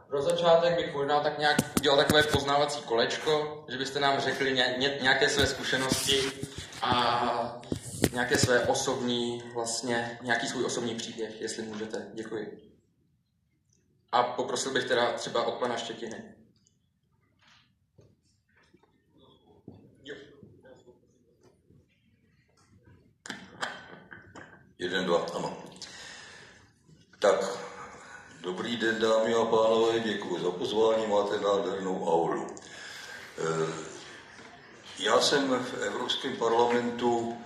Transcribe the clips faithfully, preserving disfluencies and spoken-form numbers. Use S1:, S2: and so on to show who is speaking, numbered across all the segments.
S1: Pro začátek bych možná tak nějak udělal takové poznávací kolečko, že byste nám řekli ně, ně, nějaké své zkušenosti a nějaké své osobní, vlastně nějaký svůj osobní příběh, jestli můžete. Děkuji. A poprosil bych teda třeba od pana Štětiny.
S2: Jeden, dva, ano. Tak, dobrý den, dámy a pánové, děkuji za pozvání, máte nádhernou aulu. Já jsem v Evropském parlamentu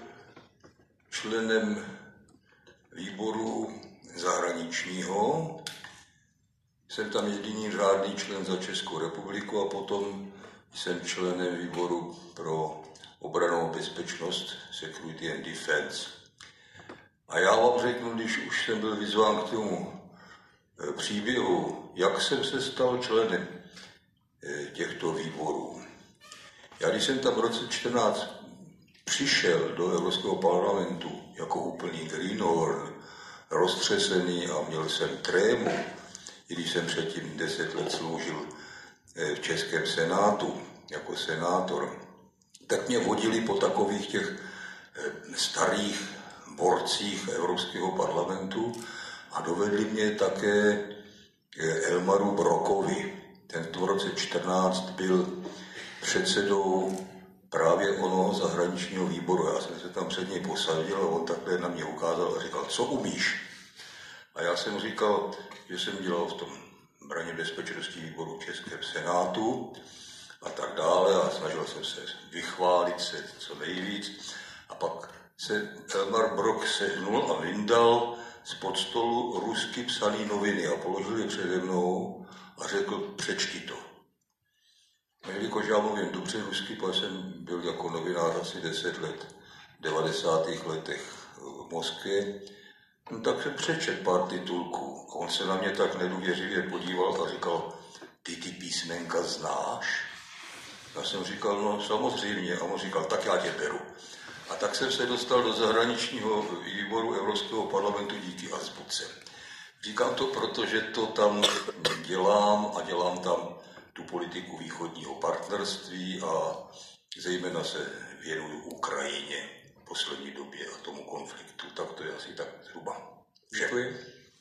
S2: členem výboru zahraničního. Jsem tam jediný řádný člen za Českou republiku a potom jsem členem výboru pro obranu a bezpečnost, Security and Defense. A já vám řeknu, když už jsem byl vyzván k tomu příběhu, jak jsem se stal členem těchto výborů. Já když jsem tam v roce čtrnáct přišel do Evropského parlamentu jako úplný greenhorn, roztřesený a měl jsem trému, i když jsem předtím deset let sloužil v Českém senátu jako senátor, tak mě vodili po takových těch starých borcích Evropského parlamentu a dovedli mě také Elmaru Brokovi. Ten v roce čtrnáct byl předsedou právě onoho zahraničního výboru. Já jsem se tam před něj posadil a on takhle na mě ukázal a říkal, co umíš? A já jsem říkal, že jsem dělal v tom braně bezpečnosti výboru v Českém senátu a tak dále a snažil jsem se vychválit se co nejvíc. A pak se Elmar Brok sehnul a vyndal spod stolu rusky psaný noviny a položil je přede mnou a řekl, přečti to. Jelikož já mluvím dobře rusky, protože jsem byl jako novinář asi deset let, v devadesátých letech v Moskvě, no, tak se přečet pár titulků. A on se na mě tak nedůvěřivě podíval a říkal, ty ty písmenka znáš? Já jsem říkal, no samozřejmě. A on říkal, tak já tě beru. A tak jsem se dostal do zahraničního výboru Evropského parlamentu díky azbuce. Říkám to proto, že to tam dělám a dělám tam tu politiku východního partnerství a zejména se věnuju Ukrajině v poslední době a tomu konfliktu. Tak to je asi tak zhruba.
S1: Děkuji.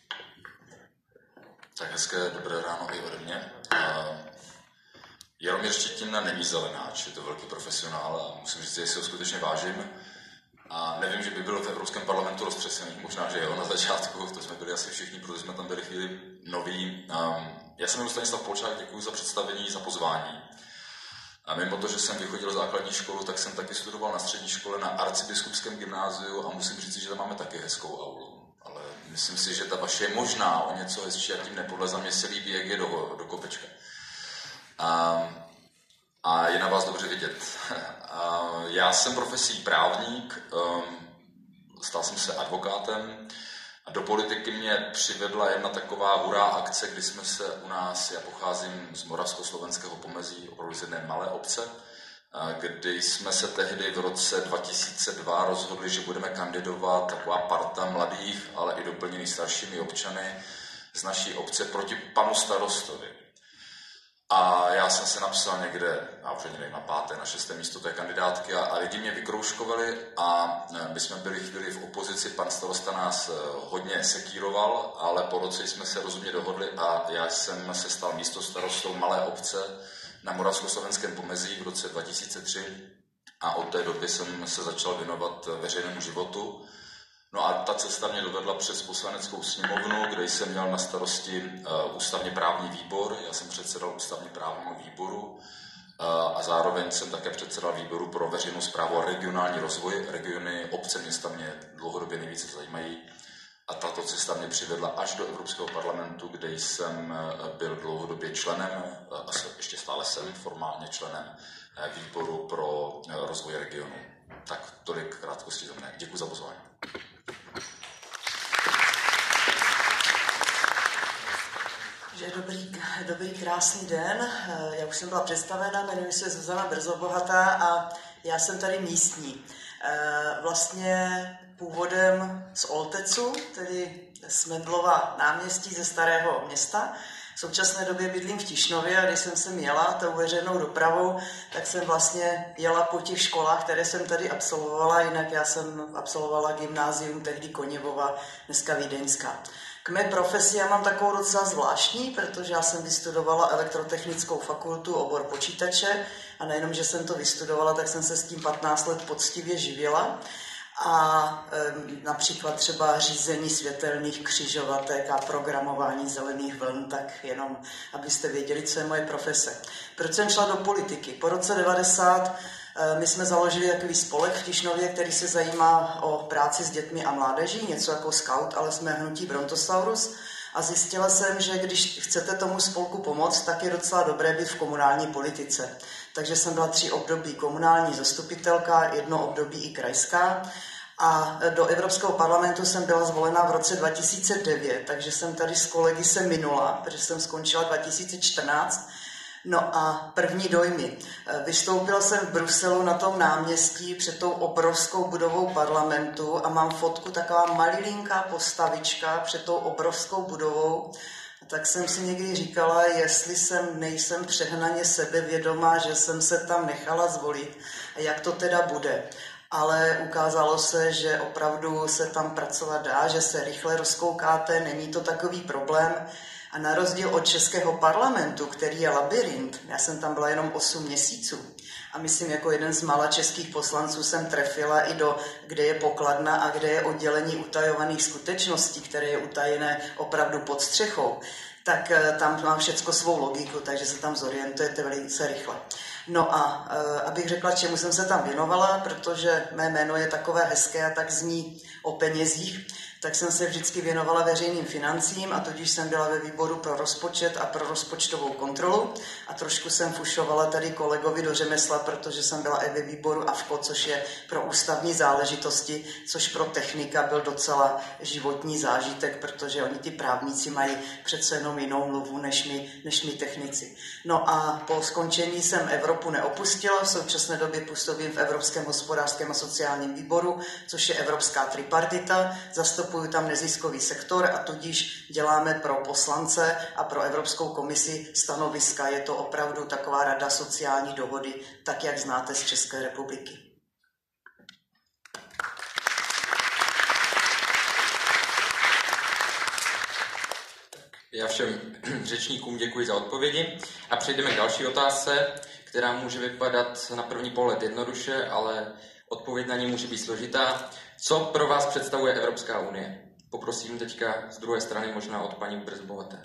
S3: Tak hezké dobré ráno i ode mě. Jaromír Štětina není zelenáč, je to velký profesionál a musím říct, že si ho skutečně vážím. A nevím, že by byl v Evropském parlamentu roztřesený, možná, že jo, na začátku, to jsme byli asi všichni, protože jsme tam byli chvíli noví. Já jsem jmenuje Stanislav Polčák, děkuji za představení, za pozvání. A mimo to, že jsem vychodil základní školu, tak jsem taky studoval na střední škole na arcibiskupském gymnáziu a musím říct, že tam máme taky hezkou aulu. Ale myslím si, že ta vaše je možná o něco hezčí a tím nepodle mě se líbí, jak je do, do kopečka. A, a je na vás dobře vidět. A já jsem profesí právník, stal jsem se advokátem a do politiky mě přivedla jedna taková hurá akce, kdy jsme se u nás, já pocházím z Moravskoslovanského pomezí, opravdu z jedné malé obce, kdy jsme se tehdy v roce dva tisíce dva rozhodli, že budeme kandidovat taková parta mladých, ale i doplněných staršími občany z naší obce proti panu starostovi. A já jsem se napsal někde, já už ani nevím, na páté, na šesté místo té kandidátky a, a lidi mě vykroužkovali a my jsme byli chvíli v opozici, pan starosta nás hodně sekíroval, ale po roce jsme se rozumně dohodli a já jsem se stal místostarostou malé obce na Moravskoslovanském pomezí v roce dva tisíce tři a od té doby jsem se začal věnovat veřejnému životu. No a ta cesta mě dovedla přes poslaneckou sněmovnu, kde jsem měl na starosti uh, ústavně právní výbor. Já jsem předsedal ústavně právnímu výboru uh, a zároveň jsem také předsedal výboru pro veřejnou správu a regionální rozvoj. Regiony, obce, města mě dlouhodobě nejvíce zajímají. A tato cesta mě přivedla až do Evropského parlamentu, kde jsem byl dlouhodobě členem, a ještě stále jsem formálně členem výboru pro rozvoj regionu. Tak tolik krátkosti za mne. Děkuji za pozvání.
S4: Dobrý, dobrý, krásný den. Já už jsem byla představena, jmenuji se Zuzana Brzobohatá a já jsem tady místní. Vlastně původem z Oltecu, tedy z Mendlova náměstí ze Starého Města. současné době bydlím v Tišnově a když jsem sem jela tou veřejnou dopravou, tak jsem vlastně jela po těch školách, které jsem tady absolvovala, jinak já jsem absolvovala gymnázium, tehdy Koněvova, dneska Vídeňská. K mé profesi já mám takovou docela zvláštní, protože já jsem vystudovala elektrotechnickou fakultu, obor počítače a nejenom, že jsem to vystudovala, tak jsem se s tím patnáct let poctivě živila. A e, například třeba řízení světelných křižovatek a programování zelených vln, tak jenom abyste věděli, co je moje profese. Proč jsem šla do politiky? Po roce devadesát e, my jsme založili takový spolek v Tišnově, který se zajímá o práci s dětmi a mládeží, něco jako scout, ale jsme hnutí Brontosaurus. A zjistila jsem, že když chcete tomu spolku pomoct, tak je docela dobré být v komunální politice. Takže jsem byla tři období komunální zastupitelka, jedno období i krajská. A do Evropského parlamentu jsem byla zvolena v roce dva tisíce devět, takže jsem tady s kolegy se minula, protože jsem skončila dva tisíce čtrnáct. No a první dojmy. Vystoupila jsem v Bruselu na tom náměstí před tou obrovskou budovou parlamentu a mám fotku, taková malilinká postavička před tou obrovskou budovou. A tak jsem si někdy říkala, jestli jsem nejsem přehnaně sebevědomá, že jsem se tam nechala zvolit a jak to teda bude. Ale ukázalo se, že opravdu se tam pracovat dá, že se rychle rozkoukáte, není to takový problém. A na rozdíl od českého parlamentu, který je labyrint, já jsem tam byla jenom osm měsíců a myslím, jako jeden z mála českých poslanců jsem trefila i do, kde je pokladna a kde je oddělení utajovaných skutečností, které je utajené opravdu pod střechou, tak tam mám všecko svou logiku, takže se tam zorientujete velice rychle. No a e, abych řekla, čemu jsem se tam věnovala, protože mé jméno je takové hezké a tak zní o penězích, tak jsem se vždycky věnovala veřejným financím a tudíž jsem byla ve výboru pro rozpočet a pro rozpočtovou kontrolu a trošku jsem fušovala tady kolegovi do řemesla, protože jsem byla i ve výboru A V K O, což je pro ústavní záležitosti, což pro technika byl docela životní zážitek, protože oni ty právníci mají přece jenom jinou mluvu než my, než my technici. No a po skončení jsem Evropu neopustila, v současné době působím v Evropském hospodářském a sociálním výboru, což je Evropská tripartita, zastupuji tam neziskový sektor a tudíž děláme pro poslance a pro Evropskou komisi stanoviska. Je to opravdu taková rada sociální dohody, tak jak znáte z České republiky.
S1: Já všem řečníkům děkuji za odpovědi a přejdeme k další otázce, která může vypadat na první pohled jednoduše, ale odpověď na ní může být složitá. Co pro vás představuje Evropská unie? Poprosím teďka z druhé strany možná od paní Brzbohaté.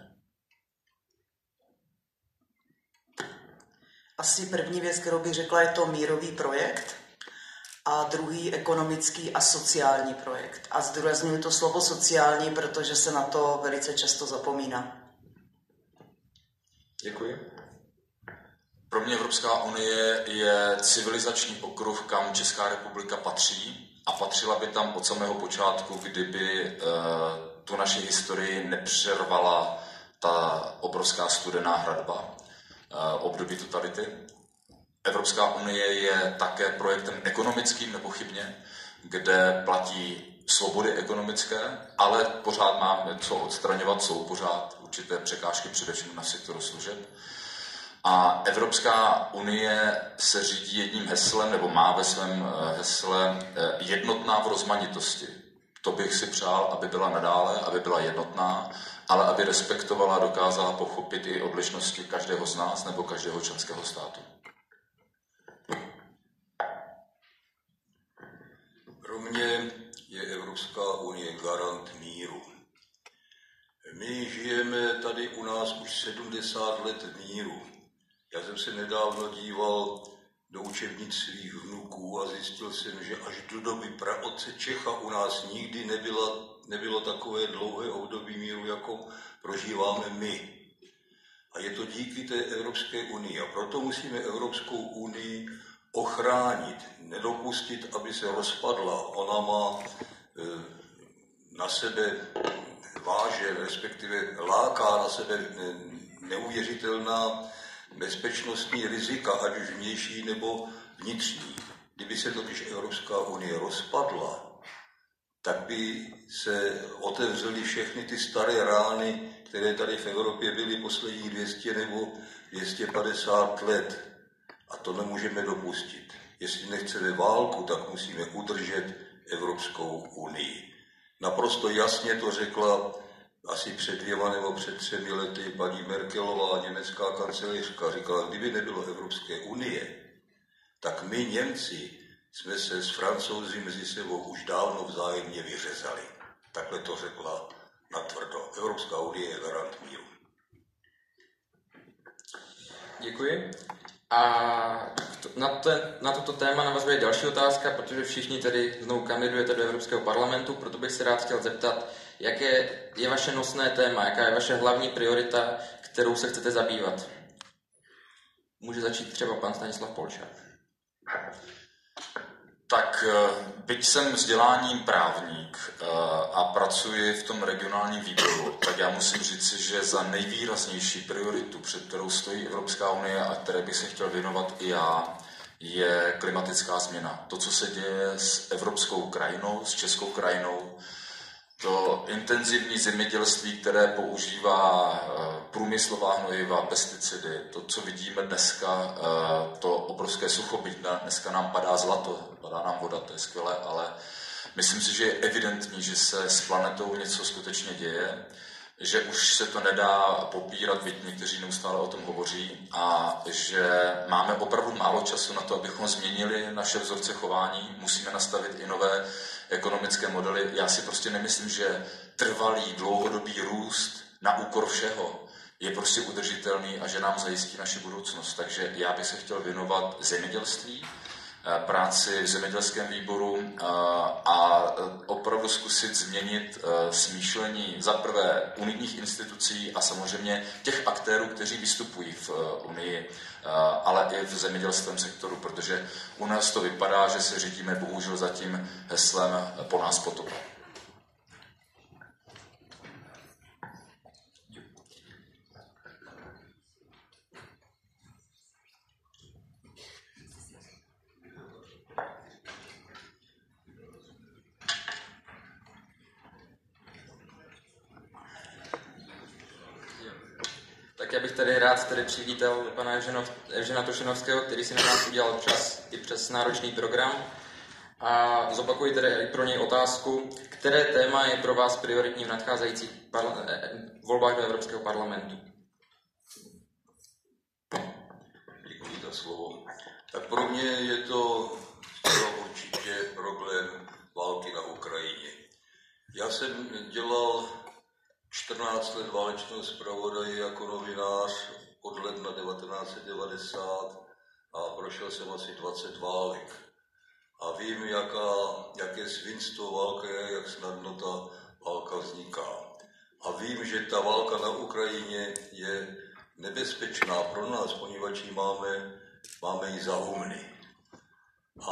S4: Asi první věc, kterou bych řekla, je to mírový projekt a druhý ekonomický a sociální projekt. A zdůrazňuji to slovo sociální, protože se na to velice často zapomíná.
S1: Děkuji.
S3: Pro mě Evropská unie je civilizační okruh, kam Česká republika patří a patřila by tam od samého počátku, kdyby uh, tu naši historii nepřervala ta obrovská studená hradba uh, období totality. Evropská unie je také projektem ekonomickým nepochybně, kde platí svobody ekonomické, ale pořád máme co odstraňovat, jsou pořád určité překážky, především na sektoru služeb. A Evropská unie se řídí jedním heslem, nebo má ve svém hesle jednotná v rozmanitosti. To bych si přál, aby byla nadále, aby byla jednotná, ale aby respektovala a dokázala pochopit i odlišnosti každého z nás nebo každého členského státu.
S2: Pro mě je Evropská unie garant míru. My žijeme tady u nás už sedmdesát let v míru. Já jsem se nedávno díval do učebnic svých vnuků a zjistil jsem, že až do doby praotce Čecha u nás nikdy nebyla, nebylo takové dlouhé období míru, jako prožíváme my. A je to díky té Evropské unii. A proto musíme Evropskou unii ochránit, nedopustit, aby se rozpadla. Ona má e, na sebe váže, respektive láká na sebe neuvěřitelná bezpečnostní rizika, ať už vnější nebo vnitřní. Kdyby se totiž Evropská unie rozpadla, tak by se otevřely všechny ty staré rány, které tady v Evropě byly posledních dvě stě nebo dvě stě padesát let. A to nemůžeme dopustit. Jestli nechceme válku, tak musíme udržet Evropskou unii. Naprosto jasně to řekla asi před dvěma nebo před třemi lety paní Merkelová, německá kancléřka. Říkala, kdyby nebylo Evropské unie, tak my Němci jsme se s Francouzi mezi sebou už dávno vzájemně vyřezali. Takhle to řekla natvrdo. Evropská unie je garant míru.
S1: Děkuji. A na, te, na toto téma navazuje další otázka, protože všichni tedy znovu kandidujete do Evropského parlamentu, proto bych se rád chtěl zeptat, jaké je vaše nosné téma, jaká je vaše hlavní priorita, kterou se chcete zabývat. Může začít třeba pan Stanislav Polčák.
S3: Tak byť jsem vzděláním právník a pracuji v tom regionálním výboru, tak já musím říci, že za nejvýraznější prioritu, před kterou stojí Evropská unie a které bych se chtěl věnovat i já, je klimatická změna. To, co se děje s evropskou krajinou, s českou krajinou, to intenzivní zemědělství, které používá průmyslová hnojiva, pesticidy, to, co vidíme dneska, to obrovské sucho, byť dneska nám padá zlato, padá nám voda, to je skvělé, ale myslím si, že je evidentní, že se s planetou něco skutečně děje, že už se to nedá popírat, byť někteří neustále o tom hovoří, a že máme opravdu málo času na to, abychom změnili naše vzorce chování, musíme nastavit i nové ekonomické modely. Já si prostě nemyslím, že trvalý, dlouhodobý růst na úkor všeho je prostě udržitelný a že nám zajistí naši budoucnost. Takže já bych se chtěl věnovat zemědělství, práci v zemědělském výboru a opravdu zkusit změnit smýšlení za prvé unijních institucí a samozřejmě těch aktérů, kteří vystupují v Unii, ale i v zemědělském sektoru, protože u nás to vypadá, že se řídíme bohužel za tím heslem po nás potopa.
S1: Tak já bych tady rád tady přivítal pana Evžena Tošenovského, který si na nás udělal čas i přes náročný program. A zopakuji tedy i pro něj otázku, které téma je pro vás prioritní v nadcházejících parla- volbách do Evropského parlamentu?
S2: Děkuji za slovo. Tak pro mě je to určitě problém války na Ukrajině. Já jsem dělal čtrnáct let válečného zpravodaje jako novinář od ledna devatenáct set devadesát a prošel jsem asi dvacet válek. A vím, jaká, jaké svinstvo válka je, jak snadno ta válka vzniká. A vím, že ta válka na Ukrajině je nebezpečná pro nás, poněvadž ji máme, máme ji za humny. A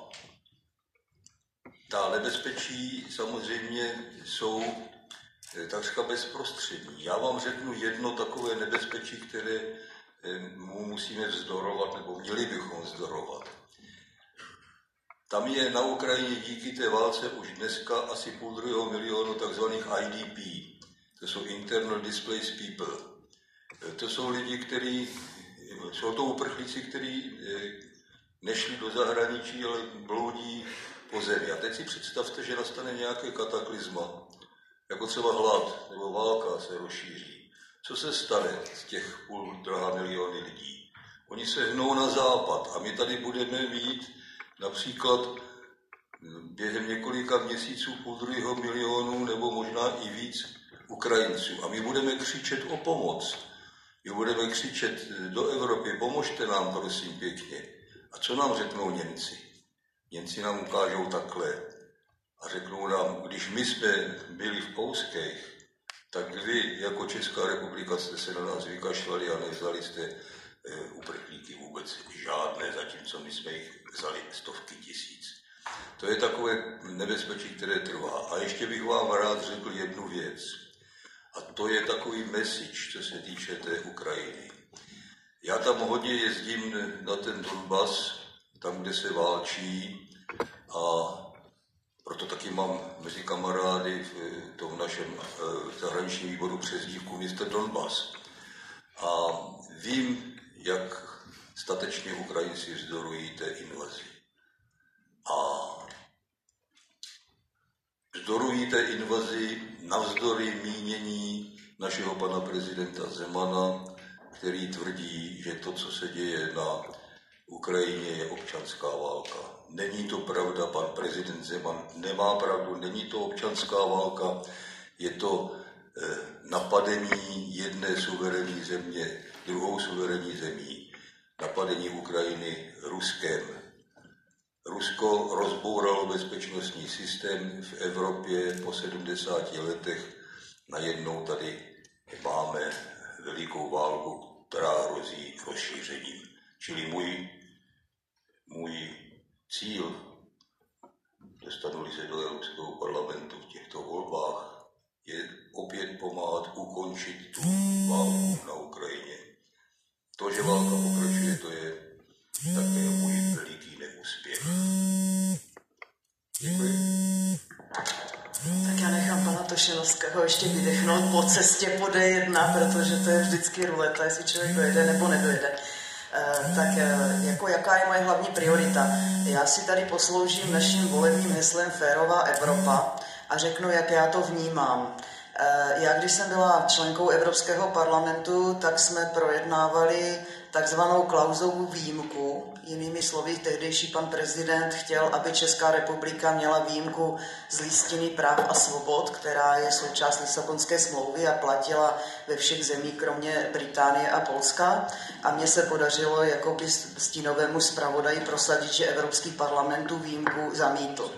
S2: ta nebezpečí samozřejmě jsou takřka bezprostřední. Já vám řeknu jedno takové nebezpečí, které mu musíme vzdorovat, nebo měli bychom vzdorovat. Tam je na Ukrajině díky té válce už dneska asi půl druhého milionu takzvaných I D P. To jsou Internal Displaced People. To jsou lidi, kteří, jsou to uprchlíci, kteří nešli do zahraničí, ale bloudí po zemi. A teď si představte, že nastane nějaké kataklizma, jako třeba hlad nebo válka se rozšíří. Co se stane z těch půl druhá miliony lidí? Oni se hnou na západ a my tady budeme mít například během několika měsíců půl druhého milionu nebo možná i víc Ukrajinců. A my budeme křičet o pomoc. My budeme křičet do Evropy, pomožte nám, prosím, pěkně. A co nám řeknou Němci? Němci nám ukážou takhle a řeknou nám, když my jsme byli v Pouských, tak vy jako Česká republika jste se na nás vykašlali a nevzali jste e, uprchlíky vůbec žádné, zatímco my jsme jich vzali stovky tisíc. To je takové nebezpečí, které trvá. A ještě bych vám rád řekl jednu věc. A to je takový message, co se týče té Ukrajiny. Já tam hodně jezdím na ten Donbas, tam, kde se válčí, a Proto taky mám mezi kamarády v tom našem zahraničním výboru přezdívku mister Donbas. A vím, jak statečně Ukrajinci vzdorují té invazi. A vzdorují té invazi navzdory mínění našeho pana prezidenta Zemana, který tvrdí, že to, co se děje na Ukrajině, je občanská válka. Není to pravda, pan prezident Zeman nemá pravdu, není to občanská válka, je to eh, napadení jedné suverénní země, druhou suverénní zemí, napadení Ukrajiny Ruskem. Rusko rozbouralo bezpečnostní systém v Evropě po sedmdesáti letech. Najednou tady máme velikou válku, která hrozí rozšířením. Čili můj, můj cíl, dostanu-li se do Evropského parlamentu v těchto volbách, je opět pomáhat ukončit tu válku na Ukrajině. To, že válka pokračuje, to je také můj veliký neúspěch. Děkuji.
S4: Tak já nechám pana Tošenovského ještě vydechnout po cestě po D jedna, protože to je vždycky ruleta, jestli člověk dojede nebo nedojede. Uh, tak uh, jako jaká je moje hlavní priorita? Já si tady posloužím naším volebním heslem Férová Evropa a řeknu, jak já to vnímám. Uh, já, když jsem byla členkou Evropského parlamentu, tak jsme projednávali takzvanou Klausovou výjimku. Jinými slovy, tehdejší pan prezident chtěl, aby Česká republika měla výjimku z listiny práv a svobod, která je součást Lisabonské smlouvy a platila ve všech zemích, kromě Británie a Polska. A mně se podařilo jakoby stínovému zpravodaji prosadit, že Evropský parlament tu výjimku zamítl.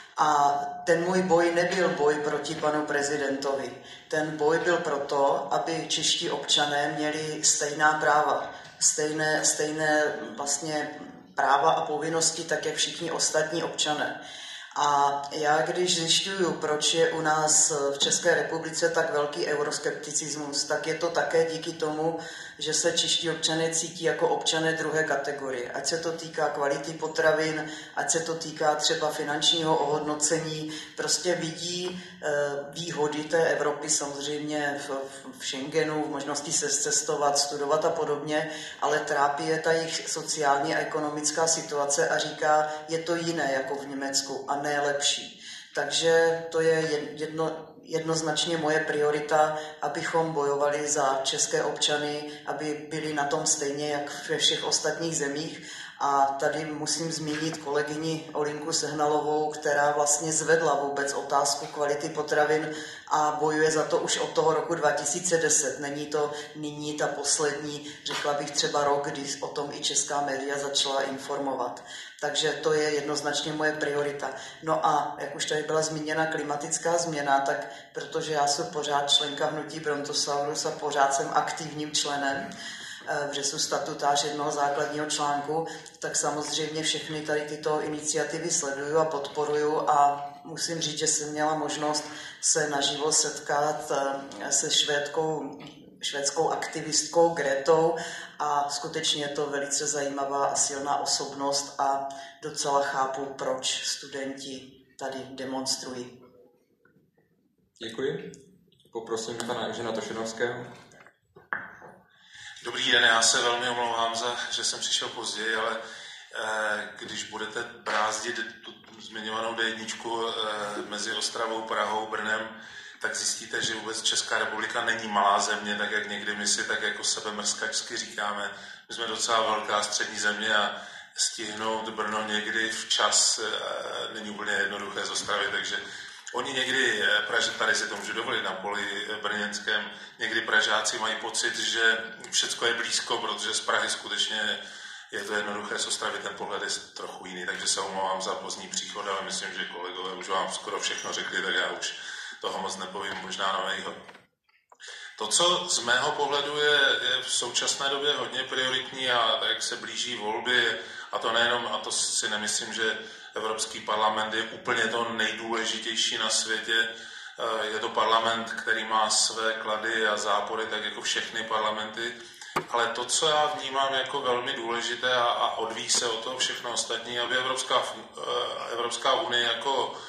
S4: A ten můj boj nebyl boj proti panu prezidentovi. Ten boj byl proto, aby čeští občané měli stejná práva. Stejné, stejné vlastně práva a povinnosti, tak jak všichni ostatní občané. A já, když zjišťuju, proč je u nás v České republice tak velký euroskepticismus, tak je to také díky tomu, že se čeští občané cítí jako občané druhé kategorie. Ať se to týká kvality potravin, ať se to týká třeba finančního ohodnocení, prostě vidí e, výhody té Evropy samozřejmě v, v Schengenu, v možnosti se cestovat, studovat a podobně, ale trápí je ta jejich sociální a ekonomická situace a říká, je to jiné jako v Německu a ne lepší. Takže to je jedno, jednoznačně moje priorita, abychom bojovali za české občany, aby byli na tom stejně, jak ve všech ostatních zemích. A tady musím zmínit kolegyni Olinku Sehnalovou, která vlastně zvedla vůbec otázku kvality potravin a bojuje za to už od toho roku dva tisíce deset. Není to nyní ta poslední, řekla bych třeba rok, kdy o tom i česká média začala informovat. Takže to je jednoznačně moje priorita. No a jak už tady byla zmíněna klimatická změna, tak protože já jsem pořád členka hnutí Brontosaurus a pořád jsem aktivním členem, protože jsem statutář jednoho základního článku, tak samozřejmě všechny tady tyto iniciativy sleduju a podporuju a musím říct, že jsem měla možnost se naživo setkat se švédkou, švédskou aktivistkou Gretou a skutečně je to velice zajímavá a silná osobnost a docela chápu, proč studenti tady demonstrují.
S1: Děkuji. Poprosím pana Evžena Tošenovského.
S5: Dobrý den, já se velmi omlouvám, za, že jsem přišel později, ale eh, když budete brázdit tu zmiňovanou D jedna eh, mezi Ostravou, Prahou, Brnem, tak zjistíte, že vůbec Česká republika není malá země, tak jak někdy my si tak jako sebe mrskačsky říkáme. My jsme docela velká střední země a stihnout Brno někdy včas eh, není úplně jednoduché z Ostravy, takže oni někdy, Praže, tady si to můžu dovolit, na poli brněnském, někdy Pražáci mají pocit, že všecko je blízko, protože z Prahy skutečně je to jednoduché, z Ostravy ten pohled je trochu jiný, takže se omlouvám za pozdní příchod, ale myslím, že kolegové už vám skoro všechno řekli, tak já už toho moc nepovím, možná nového. To, co z mého pohledu je, je v současné době hodně prioritní a tak, jak se blíží volby, a to nejenom, a to si nemyslím, že Evropský parlament je úplně to nejdůležitější na světě. Je to parlament, který má své klady a zápory, tak jako všechny parlamenty. Ale to, co já vnímám jako velmi důležité a, a odvíjí se od toho všechno ostatní, aby Evropská, Evropská unie jako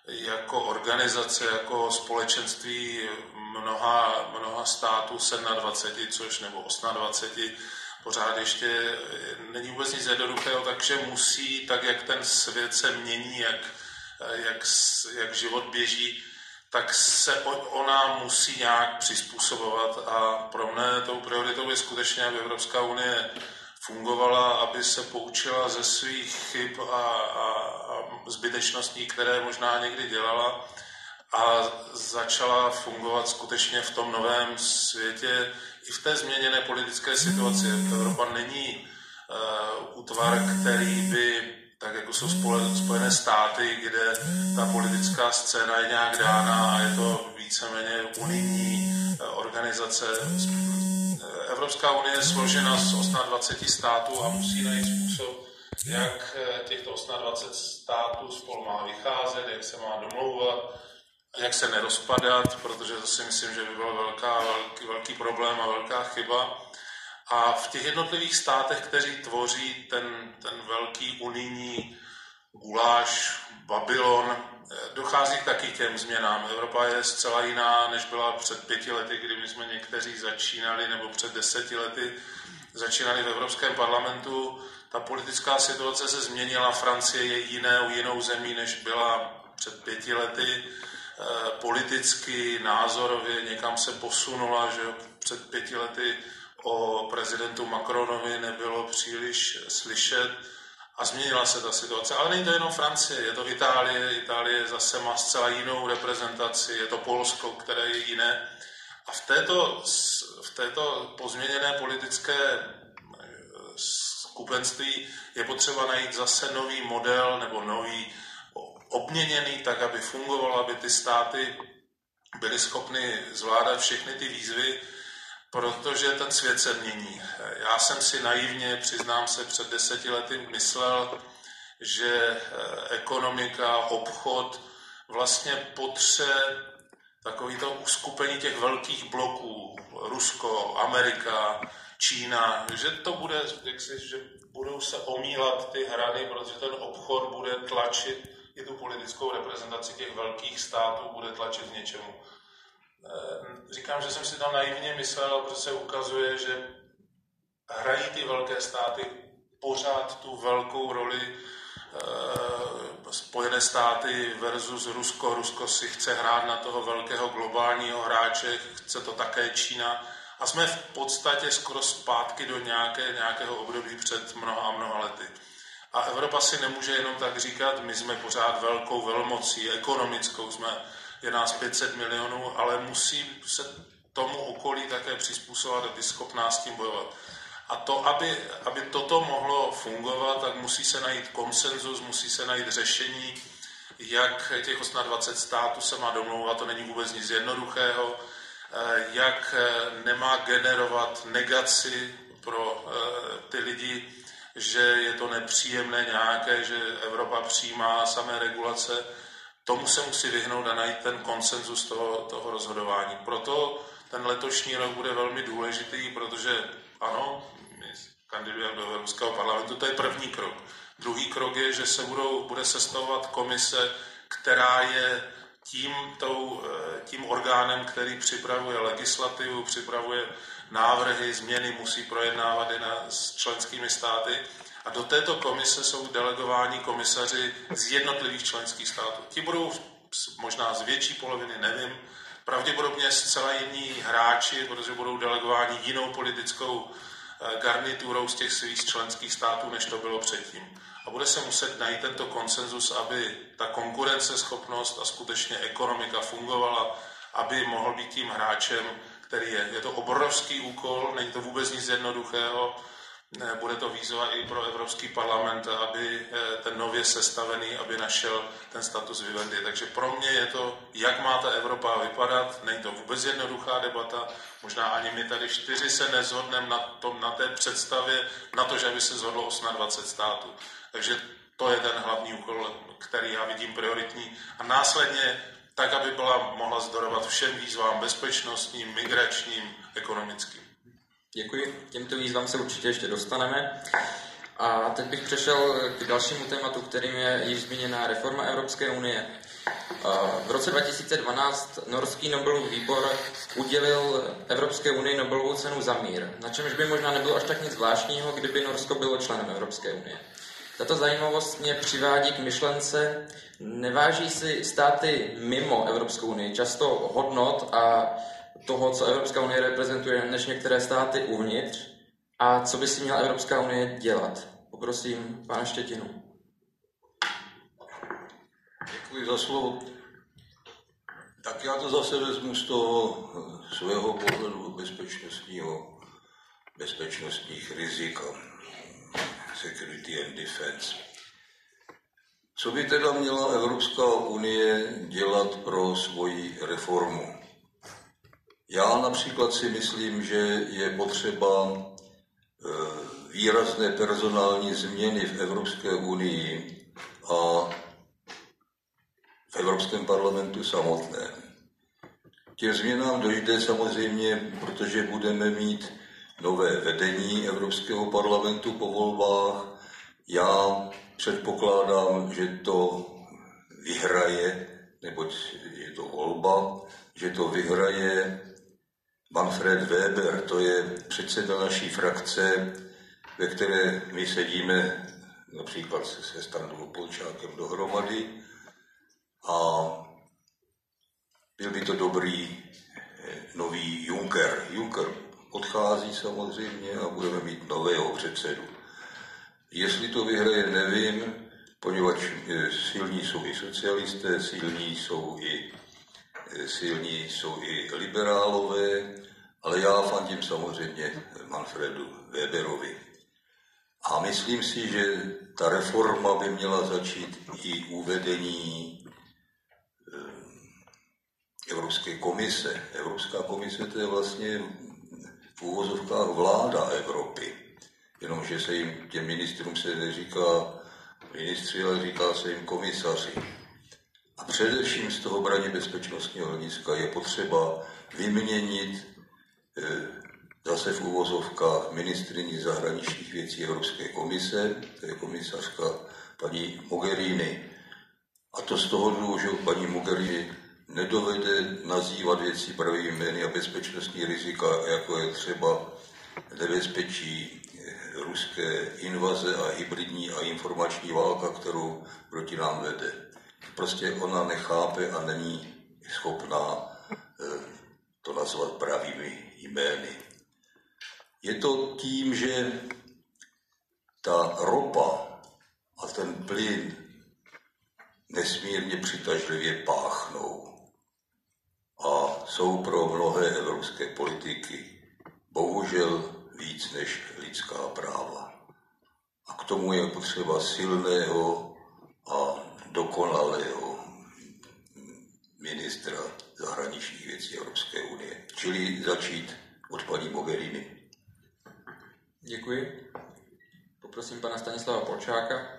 S5: jako organizace, jako společenství mnoha, mnoha států, dvacet sedm, což nebo dvacet osm, pořád ještě není vůbec nic jednoduchého, takže musí, tak jak ten svět se mění, jak, jak, jak život běží, tak se ona musí nějak přizpůsobovat a pro mne tou prioritou je skutečně, aby Evropská unie fungovala, aby se poučila ze svých chyb a, a, a zbytečností, které možná někdy dělala a začala fungovat skutečně v tom novém světě i v té změněné politické situaci. Evropa není uh, útvar, který by, tak jako jsou Spojené státy, kde ta politická scéna je nějak dána a je to víceméně unijní uh, organizace. Evropská unie je složena z dvacet osm států a musí najít způsob, jak těchto dvacet osm států spolu má vycházet, jak se má domlouvat, jak se nerozpadat, protože to si myslím, že by byl velká, velký, velký problém a velká chyba. A v těch jednotlivých státech, kteří tvoří ten, ten velký unijní guláš, Babylon, dochází taky k těm změnám. Evropa je zcela jiná, než byla před pěti lety, kdy my jsme někteří začínali, nebo před deseti lety začínali v Evropském parlamentu. Ta politická situace se změnila, Francie je jinou, jinou zemí, než byla před pěti lety. E, politicky, názorově někam se posunula, že před pěti lety o prezidentu Macronovi nebylo příliš slyšet. A změnila se ta situace. Ale není to jenom Francie, je to Itálie. Itálie zase má zcela jinou reprezentaci, je to Polsko, které je jiné. A v této, v této pozměněné politické skupenství je potřeba najít zase nový model nebo nový obměněný, tak aby fungovalo, aby ty státy byly schopny zvládat všechny ty výzvy, protože ten svět se mění. Já jsem si naivně, přiznám se, před deseti lety myslel, že ekonomika, obchod vlastně potře takovýto uskupení těch velkých bloků, Rusko, Amerika, Čína, že to bude, jak si, že budou se omílat ty hrany, protože ten obchod bude tlačit i tu politickou reprezentaci těch velkých států, bude tlačit k něčemu. Říkám, že jsem si tam naivně myslel, protože se ukazuje, že hrají ty velké státy pořád tu velkou roli. Spojené státy versus Rusko. Rusko si chce hrát na toho velkého globálního hráče, chce to také Čína. A jsme v podstatě skoro zpátky do nějaké, nějakého období před mnoha a mnoha lety. A Evropa si nemůže jenom tak říkat, my jsme pořád velkou velmocí, ekonomickou, jsme, je nás pět set milionů, ale musí se tomu okolí také přizpůsobovat a být schopná s tím bojovat. A to, aby, aby toto mohlo fungovat, tak musí se najít konsenzus, musí se najít řešení, jak těch dvacet osm států se má domlouvat, to není vůbec nic jednoduchého, jak nemá generovat negaci pro ty lidi, že je to nepříjemné nějaké, že Evropa přijímá samé regulace. Tomu se musí vyhnout a najít ten konsenzus toho, toho rozhodování. Proto ten letošní rok bude velmi důležitý, protože ano, my kandidujeme do Evropského parlamentu, to je první krok. Druhý krok je, že se budou, bude sestavovat komise, která je tím, tou, tím orgánem, který připravuje legislativu, připravuje návrhy, změny, musí projednávat i na, s členskými státy. A do této komise jsou delegováni komisaři z jednotlivých členských států. Ti budou možná z větší poloviny, nevím, pravděpodobně zcela jiní hráči, protože budou delegováni jinou politickou garniturou z těch svých členských států, než to bylo předtím. A bude se muset najít tento konsenzus, aby ta konkurenceschopnost a skutečně ekonomika fungovala, aby mohl být tím hráčem, který je. Je to obrovský úkol, není to vůbec nic jednoduchého, bude to výzva i pro Evropský parlament, aby ten nově sestavený, aby našel ten status vivendi. Takže pro mě je to, jak má ta Evropa vypadat, není to vůbec jednoduchá debata, možná ani my tady čtyři se nezhodneme na, tom, na té představě, na to, že by se zhodlo dvacet osm států. Takže to je ten hlavní úkol, který já vidím prioritní. A následně tak, aby byla mohla zdorovat všem výzvám bezpečnostním, migračním, ekonomickým.
S1: Děkuji. Těmto výzvám se určitě ještě dostaneme. A teď bych přešel k dalšímu tématu, kterým je již zmíněná reforma Evropské unie. V roce dva tisíce dvanáct Norský Nobelův výbor udělil Evropské unii Nobelovu cenu za mír, na čemž by možná nebylo až tak nic zvláštního, kdyby Norsko bylo členem Evropské unie. Tato zajímavost mě přivádí k myšlence, neváží si státy mimo Evropskou unii často hodnot a toho, co Evropská unie reprezentuje, než některé státy uvnitř, a co by si měla Evropská unie dělat? Poprosím pana Štětinu.
S2: Děkuji za slovo. Tak já to zase vezmu z toho svého pohledu bezpečnostního, bezpečnostních rizik a security and defense. Co by teda měla Evropská unie dělat pro svoji reformu? Já například si myslím, že je potřeba výrazné personální změny v Evropské unii a v Evropském parlamentu samotném. Těm změnám dojde samozřejmě, protože budeme mít nové vedení Evropského parlamentu po volbách. Já předpokládám, že to vyhraje, neboť je to volba, že to vyhraje Manfred Weber, to je předseda naší frakce, ve které my sedíme například se Standou Polčákem dohromady, a byl by to dobrý nový Juncker. Juncker odchází samozřejmě a budeme mít nového předsedu. Jestli to vyhraje, nevím, poněvadž silní jsou i socialisté, silní jsou i, silní jsou i liberálové, ale já fandím samozřejmě Manfredu Weberovi. A myslím si, že ta reforma by měla začít i uvedení Evropské komise. Evropská komise to je vlastně v úvozovkách vláda Evropy. Jenomže se jim, těm ministrům se neříká ministři, ale říká se jim komisaři. A především z toho braní bezpečnostního hlediska je potřeba vyměnit zase v úvozovkách ministryni zahraničních věcí Evropské komise, to je komisařka paní Mogherini. A to z toho důvodu, že paní Mogherini nedovede nazývat věci pravými jmény a bezpečnostní rizika, jako je třeba nebezpečí ruské invaze a hybridní a informační válka, kterou proti nám vede. Prostě ona nechápe a není schopná to nazvat pravými jmény. Je to tím, že ta ropa a ten plyn nesmírně přitažlivě páchnou a jsou pro mnohé evropské politiky bohužel víc než lidská práva. A k tomu je potřeba silného a dokonalého ministra zahraničních věcí Evropské unie, čili začít od paní Mogherini.
S1: Děkuji. Poprosím pana Stanislava Polčáka.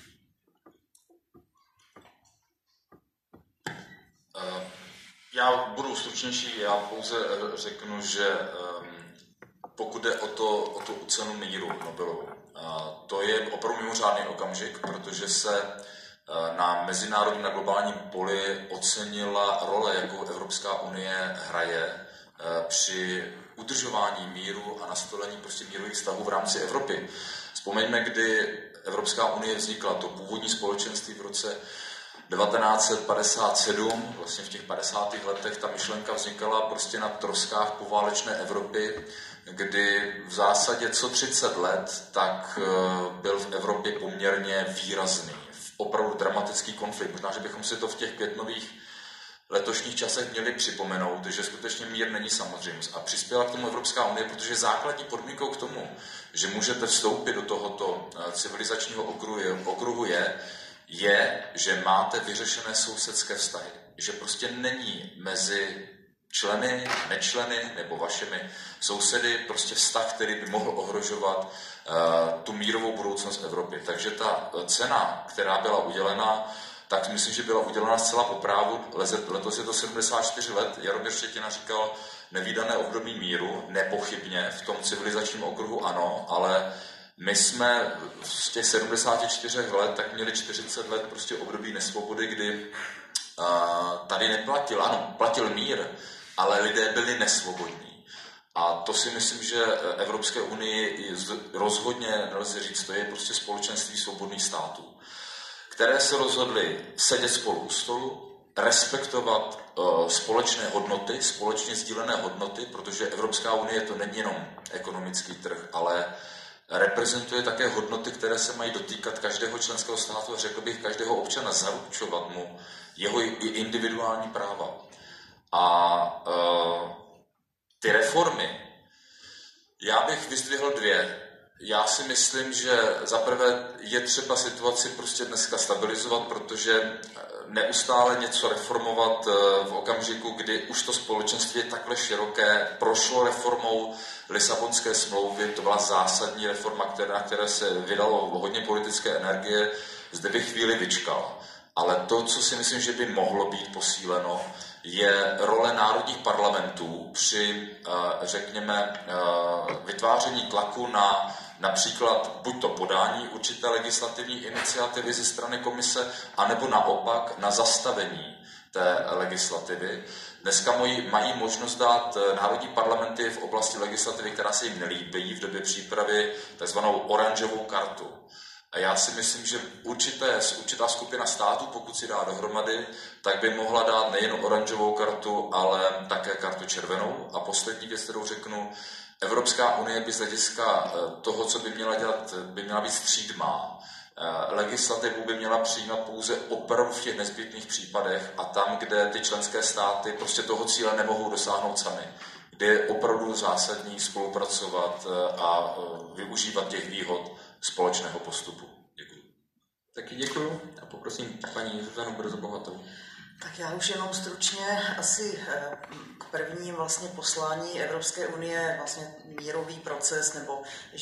S3: Já budu stručnější, já pouze řeknu, že pokud jde o, to, o tu cenu míru Nobelovu, to je opravdu mimořádný okamžik, protože se na mezinárodním, na globálním poli ocenila role, jakou Evropská unie hraje při udržování míru a nastolení prostě mírových vztahů v rámci Evropy. Vzpomeňme, kdy Evropská unie vznikla, to původní společenství v roce devatenáct set padesát sedm, vlastně v těch padesátých letech ta myšlenka vznikala prostě na troskách poválečné Evropy, kdy v zásadě co třicet let tak byl v Evropě poměrně výrazný, opravdu dramatický konflikt. Možná, že bychom si to v těch květnových letošních časech měli připomenout, že skutečně mír není samozřejmost. A přispěla k tomu Evropská unie, protože základní podmínkou k tomu, že můžete vstoupit do tohoto civilizačního okruhu je, je, že máte vyřešené sousedské vztahy. Že prostě není mezi členy, nečleny nebo vašimi sousedy prostě vztah, který by mohl ohrožovat uh, tu mírovou budoucnost Evropy. Takže ta cena, která byla udělena, tak myslím, že byla udělena zcela po právu. Letos je to sedmdesát čtyři let. Jaromír Štětina říkal nevídané období míru, nepochybně v tom civilizačním okruhu ano, ale my jsme z těch sedmdesáti čtyřech let tak měli čtyřicet let prostě období nesvobody, kdy tady neplatil, ano, platil mír, ale lidé byli nesvobodní. A to si myslím, že Evropské unii rozhodně nelze říct, to je prostě společenství svobodných států, které se rozhodly sedět spolu u stolu, respektovat uh, společné hodnoty, společně sdílené hodnoty, protože Evropská unie to není jenom ekonomický trh, ale reprezentuje také hodnoty, které se mají dotýkat každého členského státu a řekl bych každého občana, zaručovat mu jeho individuální práva. A uh, ty reformy, já bych vyzdvihl dvě. Já si myslím, že zaprvé je třeba situaci prostě dneska stabilizovat, protože neustále něco reformovat v okamžiku, kdy už to společenství je takhle široké, prošlo reformou Lisabonské smlouvy, to byla zásadní reforma, která, na které se vydalo hodně politické energie, zde bych chvíli vyčkal. Ale to, co si myslím, že by mohlo být posíleno, je role národních parlamentů při, řekněme, vytváření tlaku na například buď to podání určité legislativní iniciativy ze strany komise, anebo naopak na zastavení té legislativy. Dneska mají možnost dát národní parlamenty v oblasti legislativy, která se jim nelíbí, v době přípravy takzvanou oranžovou kartu. A já si myslím, že určité, určitá skupina států, pokud si dá dohromady, tak by mohla dát nejen oranžovou kartu, ale také kartu červenou. A poslední věc, kterou řeknu, Evropská unie by z hlediska toho, co by měla dělat, by měla být střídmá. Legislativu by měla přijímat pouze opravdu v těch nezbytných případech a tam, kde ty členské státy prostě toho cíle nemohou dosáhnout sami, kde je opravdu zásadní spolupracovat a využívat těch výhod společného postupu. Děkuji.
S1: Taky děkuji a poprosím paní Zuzanu Brzobohatou.
S4: Tak já už jenom stručně asi k prvním vlastně poslání Evropské unie, vlastně mírový proces nebo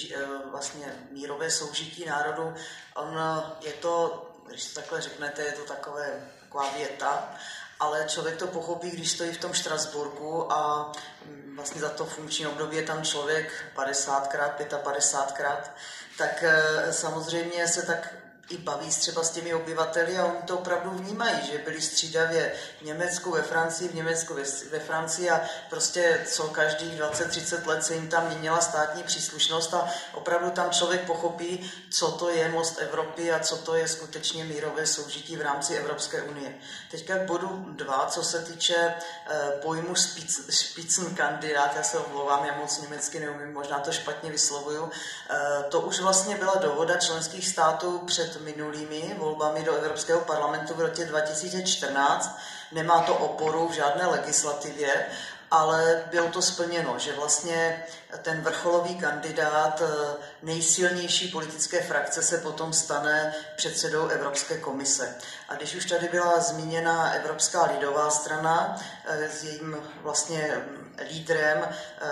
S4: vlastně mírové soužití národů. On je to, když to takhle řeknete, je to takové, taková věta, ale člověk to pochopí, když stojí v tom Štrasburku a vlastně za to funkční období je tam člověk padesátkrát, padesátkrát, tak samozřejmě se tak i baví třeba s těmi obyvateli a oni to opravdu vnímají, že byli střídavě v Německu, ve Francii, v Německu, ve, ve Francii a prostě co každých dvacet třicet let se jim tam měnila státní příslušnost a opravdu tam člověk pochopí, co to je most Evropy a co to je skutečně mírové soužití v rámci Evropské unie. Teďka k bodu dva, co se týče eh, pojmu Spitzenkandidát, já se omlouvám, já moc německy neumím, možná to špatně vyslovuju, eh, to už vlastně byla dohoda členských států před minulými volbami do Evropského parlamentu v roce dva tisíce čtrnáct. Nemá to oporu v žádné legislativě, ale bylo to splněno, že vlastně ten vrcholový kandidát nejsilnější politické frakce se potom stane předsedou Evropské komise. A když už tady byla zmíněna Evropská lidová strana s jejím vlastně lídrem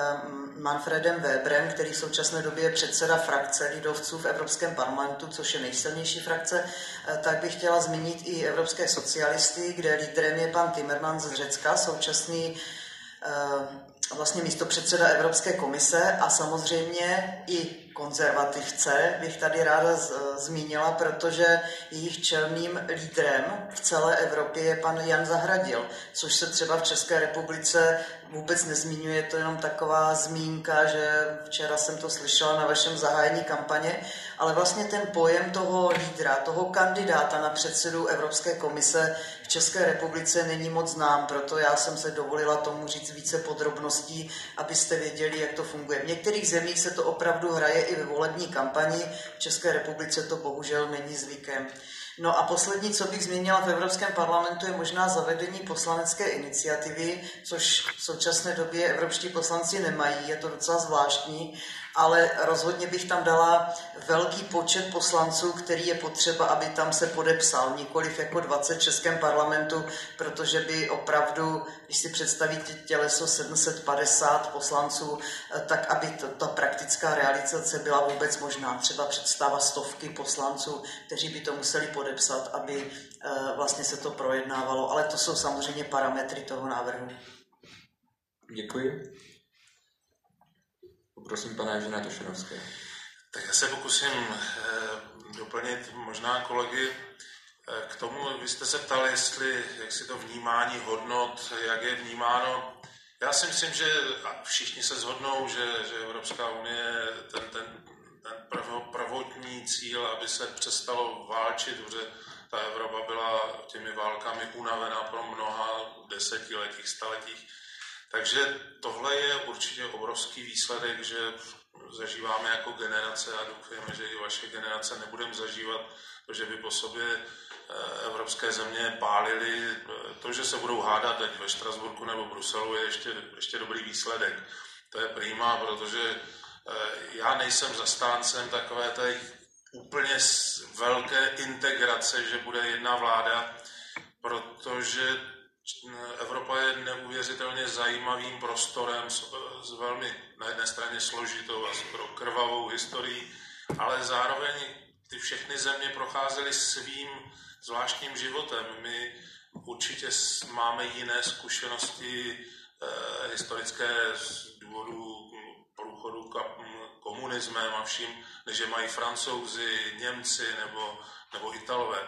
S4: Manfredem Weberem, který v současné době je předseda frakce lidovců v Evropském parlamentu, což je nejsilnější frakce, tak bych chtěla zmínit i evropské socialisty, kde lídrem je pan Timmermans z Řecka, současný vlastně místopředseda Evropské komise a samozřejmě i konzervativce bych tady ráda z, zmínila, protože jejich čelným lídrem v celé Evropě je pan Jan Zahradil, což se třeba v České republice vůbec nezmiňuje, je to jenom taková zmínka, že včera jsem to slyšela na vašem zahájení kampaně, ale vlastně ten pojem toho lídra, toho kandidáta na předsedu Evropské komise v České republice není moc znám, proto já jsem se dovolila tomu říct více podrobností, abyste věděli, jak to funguje. V některých zemích se to opravdu hraje i ve volební kampani, v České republice to bohužel není zvykem. No a poslední, co bych zmínila v Evropském parlamentu, je možná zavedení poslanecké iniciativy, což v současné době evropští poslanci nemají, je to docela zvláštní, ale rozhodně bych tam dala velký počet poslanců, který je potřeba, aby tam se podepsal, nikoliv jako dvacet v Českém parlamentu, protože by opravdu, když si představíte těleso sedm set padesát poslanců, tak aby to, ta praktická realizace byla vůbec možná. Třeba představa stovky poslanců, kteří by to museli podepsat, aby vlastně se to projednávalo, ale to jsou samozřejmě parametry toho návrhu.
S1: Děkuji. Poprosím pana Ježina Tošenovského.
S5: Tak já se pokusím eh, doplnit možná kolegy. K tomu, vy jste se ptal, jestli, jak si to vnímání hodnot, jak je vnímáno. Já si myslím, že všichni se shodnou, že, že Evropská unie, ten, ten, ten prvo, prvotní cíl, aby se přestalo válčit, protože ta Evropa byla těmi válkami unavená pro mnoha desetiletích, staletích. Takže tohle je určitě obrovský výsledek, že zažíváme jako generace a doufujeme, že i vaše generace nebudeme zažívat to, že by po sobě evropské země pálily. To, že se budou hádat teď ve Štrasburku nebo Bruselu, je ještě, ještě dobrý výsledek. To je prima, protože já nejsem zastáncem takové té úplně velké integrace, že bude jedna vláda, protože Evropa je neuvěřitelně zajímavým prostorem s, s velmi na jedné straně složitou a krvavou historií, ale zároveň ty všechny země procházely svým zvláštním životem. My určitě máme jiné zkušenosti eh, historické z důvodu průchodu komunismem a vším, než je mají Francouzi, Němci nebo, nebo Italové.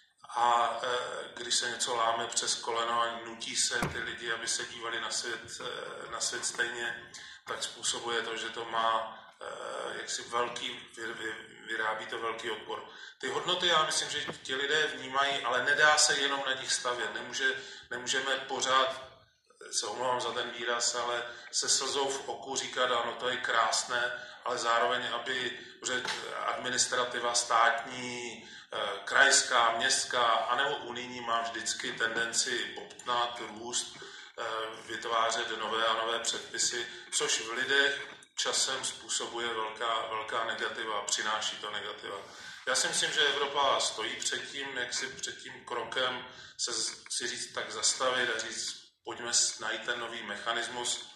S5: A e, když se něco láme přes koleno a nutí se ty lidi, aby se dívali na svět, e, na svět stejně, tak způsobuje to, že to má e, jaksi velký, vy, vy, vyrábí to velký odpor. Ty hodnoty, já myslím, že ti lidé vnímají, ale nedá se jenom na nich stavět. Nemůže, nemůžeme pořád, se omlouvám za ten výraz, ale se slzou v oku říkat, ano, to je krásné, ale zároveň, aby administrativa státní, krajská, městská anebo unijní má vždycky tendenci poptnat, růst, vytvářet nové a nové předpisy, což v lidech časem způsobuje velká, velká negativa, přináší to negativa. Já si myslím, že Evropa stojí před tím, jak si před tím krokem se si říct tak zastavit a říct, pojďme najít ten nový mechanismus,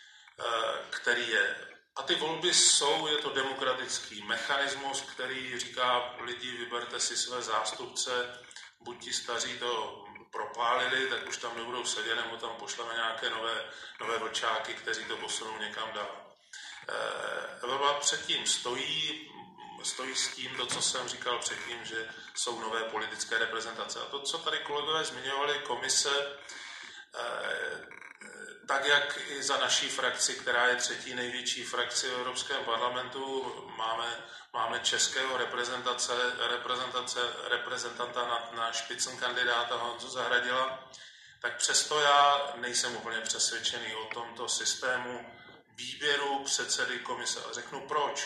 S5: který je. A ty volby jsou, je to demokratický mechanismus, který říká lidi, vyberte si své zástupce, buď ti staří to propálili, tak už tam nebudou sedět, nebo tam pošleme nějaké nové, nové vlčáky, kteří to posunou někam dál. Evropa předtím stojí, stojí s tím, to, co jsem říkal předtím, že jsou nové politické reprezentace. A to, co tady kolegové zmiňovali, komise, tak jak i za naší frakci, která je třetí největší frakci v Evropském parlamentu, máme, máme českého reprezentace, reprezentace, reprezentanta na, na špicen kandidáta Honzu Zahradila, tak přesto já nejsem úplně přesvědčený o tomto systému výběru předsedy komise. A řeknu proč.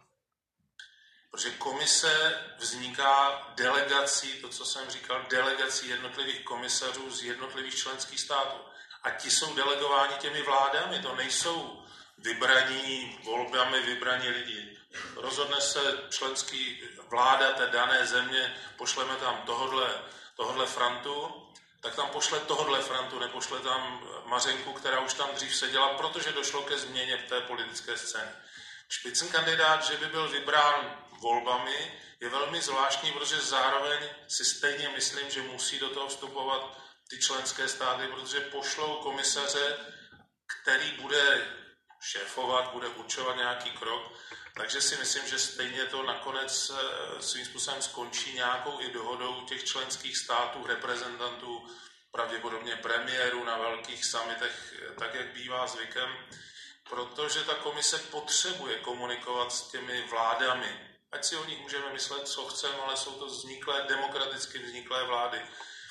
S5: Protože komise vzniká delegací, to, co jsem říkal, delegací jednotlivých komisařů z jednotlivých členských států. A ti jsou delegováni těmi vládami, to nejsou vybraní volbami vybraní lidi. Rozhodne se členský vláda té dané země, pošleme tam tohodle, tohodle Frantu, tak tam pošle tohodle Frantu, nepošle tam Mařenku, která už tam dřív seděla, protože došlo ke změně v té politické scéně. Špicen kandidát, že by byl vybrán volbami, je velmi zvláštní, protože zároveň si stejně myslím, že musí do toho vstupovat ty členské státy, protože pošlou komisaře, který bude šéfovat, bude určovat nějaký krok, takže si myslím, že stejně to nakonec svým způsobem skončí nějakou i dohodou těch členských států, reprezentantů, pravděpodobně premiérů na velkých summitech, tak jak bývá zvykem, protože ta komise potřebuje komunikovat s těmi vládami. Ať si o nich můžeme myslet, co chceme, ale jsou to vzniklé, demokraticky vzniklé vlády.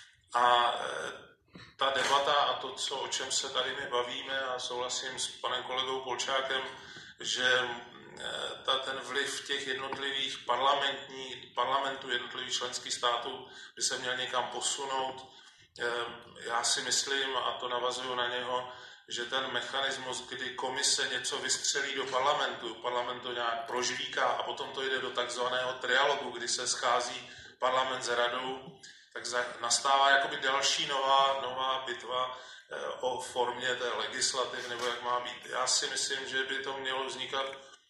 S5: A ta debata a to, co, o čem se tady my bavíme, a souhlasím s panem kolegou Polčákem, že ta, ten vliv těch jednotlivých parlamentní, parlamentů jednotlivých členských států by se měl někam posunout. Já si myslím, a to navazuju na něho, že ten mechanismus, kdy komise něco vystřelí do parlamentu, parlament to nějak prožvíká a potom to jde do takzvaného trialogu, kdy se schází parlament s radou, tak nastává jakoby další nová, nová bitva o formě té legislativy, nebo jak má být. Já si myslím, že by to mělo vznikat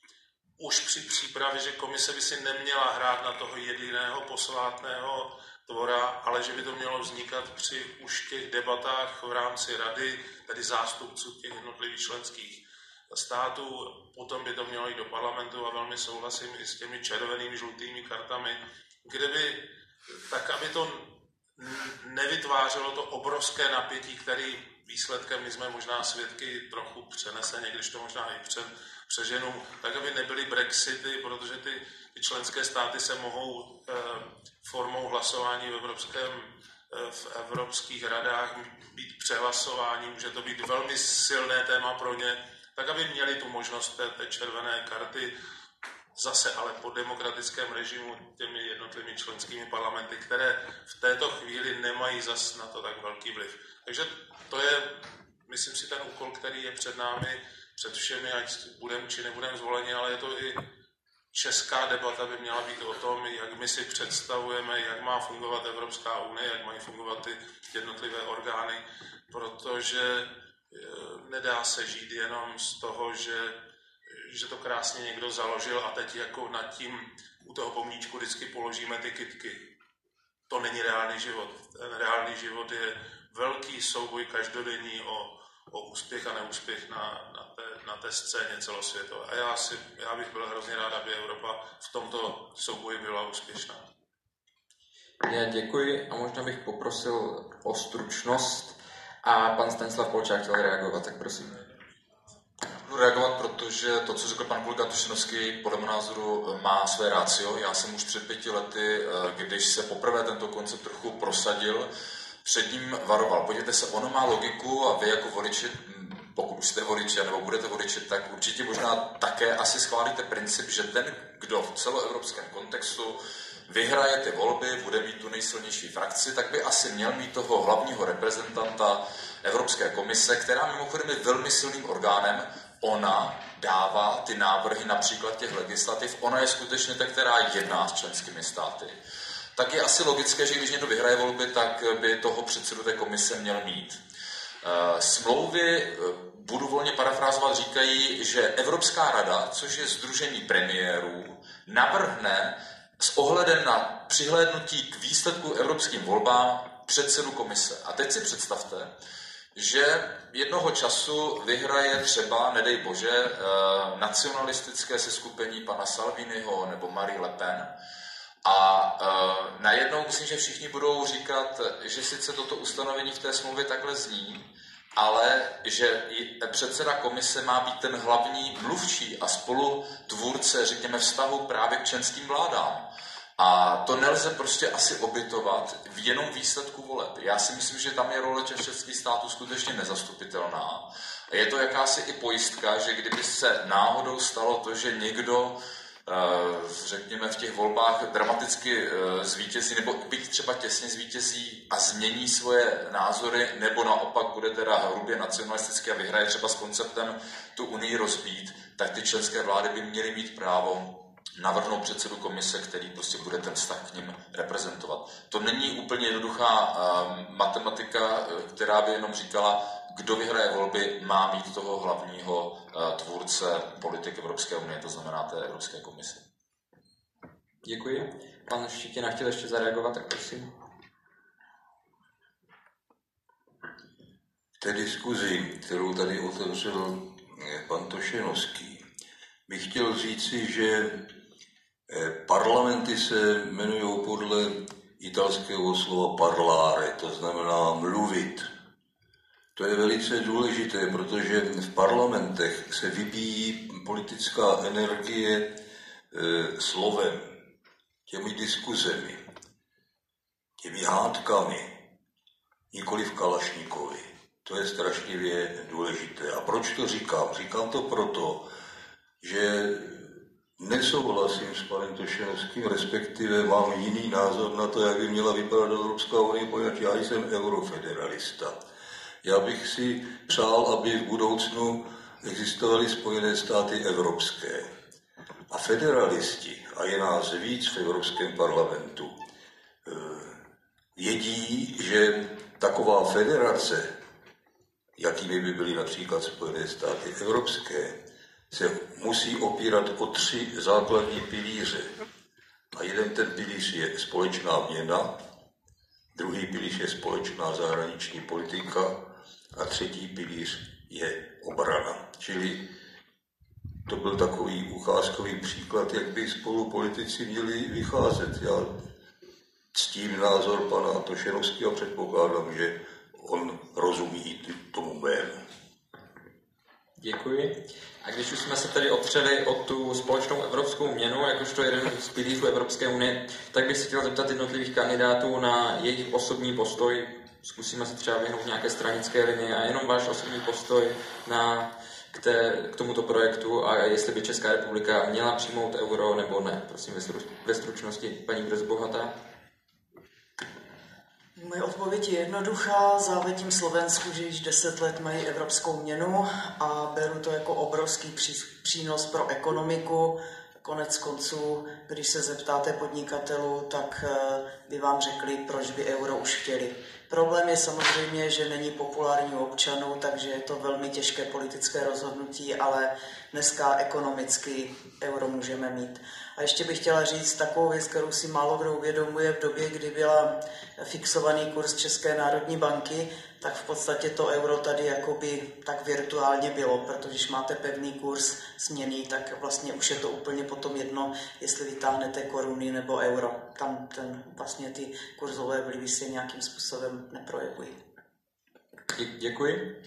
S5: už při přípravě, že komise by si neměla hrát na toho jediného posvátného tvora, ale že by to mělo vznikat při už těch debatách v rámci rady, tedy zástupců těch jednotlivých členských států. Potom by to mělo jít do parlamentu a velmi souhlasím i s těmi červenými, žlutými kartami, kde by tak aby to nevytvářelo to obrovské napětí, který výsledkem my jsme možná svědky trochu přeneseně, když to možná i pře, přeženu, tak aby nebyly Brexity, protože ty, ty členské státy se mohou eh, formou hlasování v, evropském, eh, v evropských radách být přehlasováni, může to být velmi silné téma pro ně, tak aby měli tu možnost té, té červené karty, zase ale po demokratickém režimu těmi jednotlivými členskými parlamenty, které v této chvíli nemají zas na to tak velký vliv. Takže to je, myslím si, ten úkol, který je před námi, před všemi, ať budeme či nebudeme zvoleni, ale je to i česká debata by měla být o tom, jak my si představujeme, jak má fungovat Evropská unie, jak mají fungovat ty jednotlivé orgány, protože nedá se žít jenom z toho, že že to krásně někdo založil a teď jako nad tím u toho pomníčku vždycky položíme ty kytky. To není reálný život. Ten reálný život je velký souboj každodenní o, o úspěch a neúspěch na, na, té, na té scéně celosvětové. A já, si, já bych byl hrozně rád, aby Evropa v tomto souboji byla úspěšná.
S1: Já děkuji a možná bych poprosil o stručnost a pan Stanislav Polčák chtěl reagovat, tak prosím.
S3: Budu reagovat, protože to, co řekl pan kolega Tošenovský, podle mého názoru má své ratio. Já jsem už před pěti lety, když se poprvé tento koncept trochu prosadil, před ním varoval. Podívejte se, ono má logiku a vy jako voliči, pokud už jste voliči nebo budete voliči, tak určitě možná také asi schválíte princip, že ten, kdo v celoevropském kontextu vyhraje ty volby, bude mít tu nejsilnější frakci, tak by asi měl mít toho hlavního reprezentanta Evropské komise, která mimochodem je velmi silným orgánem. Ona dává ty návrhy například těch legislativ, ona je skutečně ta, která jedná s členskými státy. Tak je asi logické, že když někdo vyhraje volby, tak by toho předsedu té komise měl mít. Smlouvy, budu volně parafrázovat, říkají, že Evropská rada, což je sdružení premiérů, navrhne s ohledem na přihlédnutí k výsledku evropským volbám předsedu komise. A teď si představte, že jednoho času vyhraje třeba, nedej bože, nacionalistické seskupení pana Salviniho nebo Marie Le Pen. A najednou myslím, že všichni budou říkat, že sice toto ustanovení v té smlouvě takhle zní, ale že předseda komise má být ten hlavní mluvčí a spolutvůrce, řekněme, vztahu právě k členským vládám. A to nelze prostě asi obětovat v jenom výsledku voleb. Já si myslím, že tam je role těch členských států skutečně nezastupitelná. A je to jakási i pojistka, že kdyby se náhodou stalo to, že někdo, řekněme, v těch volbách dramaticky zvítězí, nebo byť třeba těsně zvítězí a změní svoje názory, nebo naopak bude teda hrubě nacionalisticky a vyhraje třeba s konceptem tu unii rozbít, tak ty členské vlády by měly mít právo navrhnout předsedu komise, který prostě bude ten vztah k ním reprezentovat. To není úplně jednoduchá uh, matematika, která by jenom říkala, kdo vyhraje volby, má mít toho hlavního uh, tvůrce politik Evropské unie, to znamená té Evropské komise.
S1: Děkuji. Pan Štětina chtěl ještě zareagovat, tak prosím.
S2: V té diskuzi, kterou tady otevřel pan Tošenovský, bych chtěl říci, že parlamenty se jmenují podle italského slova parlare, to znamená mluvit. To je velice důležité, protože v parlamentech se vybíjí politická energie e, slovem, těmi diskuzemi, těmi hádkami, nikoli v Kalašníkovi. To je strašlivě důležité. A proč to říkám? Říkám to proto, že nesouhlasím s panem Tošenovským, respektive mám jiný názor na to, jak by měla vypadat Evropská unie, poněvadž já jsem eurofederalista. Já bych si přál, aby v budoucnu existovaly Spojené státy evropské. A federalisti, a je nás víc v Evropském parlamentu, vědí, že taková federace, jakými by byly například Spojené státy evropské, se musí opírat o tři základní pilíře. A jeden ten pilíř je společná měna, druhý pilíř je společná zahraniční politika a třetí pilíř je obrana. Čili to byl takový ukázkový příklad, jak by spolu politici měli vycházet. Já ctím názor pana Tošenovského a předpokládám, že on rozumí tomu mému.
S1: Děkuji. A když už jsme se tady opřeli o tu společnou evropskou měnu, jakožto jeden z pilířů Evropské unie, tak bych se chtěl zeptat jednotlivých kandidátů na jejich osobní postoj. Zkusíme se třeba vyhnout nějaké stranické linie a jenom váš osobní postoj na, k, té, k tomuto projektu a jestli by Česká republika měla přijmout euro nebo ne. Prosím ve stručnosti paní Brzbohatá.
S4: Moje odpověď je jednoduchá. Závidím Slovensku, že již deset let mají evropskou měnu a beru to jako obrovský přínos pro ekonomiku. Konec konců, když se zeptáte podnikatelů, tak by vám řekli, proč by euro už chtěli. Problém je samozřejmě, že není populární u občanů, takže je to velmi těžké politické rozhodnutí, ale dneska ekonomicky euro můžeme mít. A ještě bych chtěla říct takovou věc, kterou si málo kdo uvědomuje. V době, kdy byla fixovaný kurz České národní banky, tak v podstatě to euro tady jakoby tak virtuálně bylo, protože když máte pevný kurz směnný, tak vlastně už je to úplně potom jedno, jestli vytáhnete koruny nebo euro. Tam ten, vlastně ty kurzové vlivy se nějakým způsobem neprojevují.
S1: Děkuji.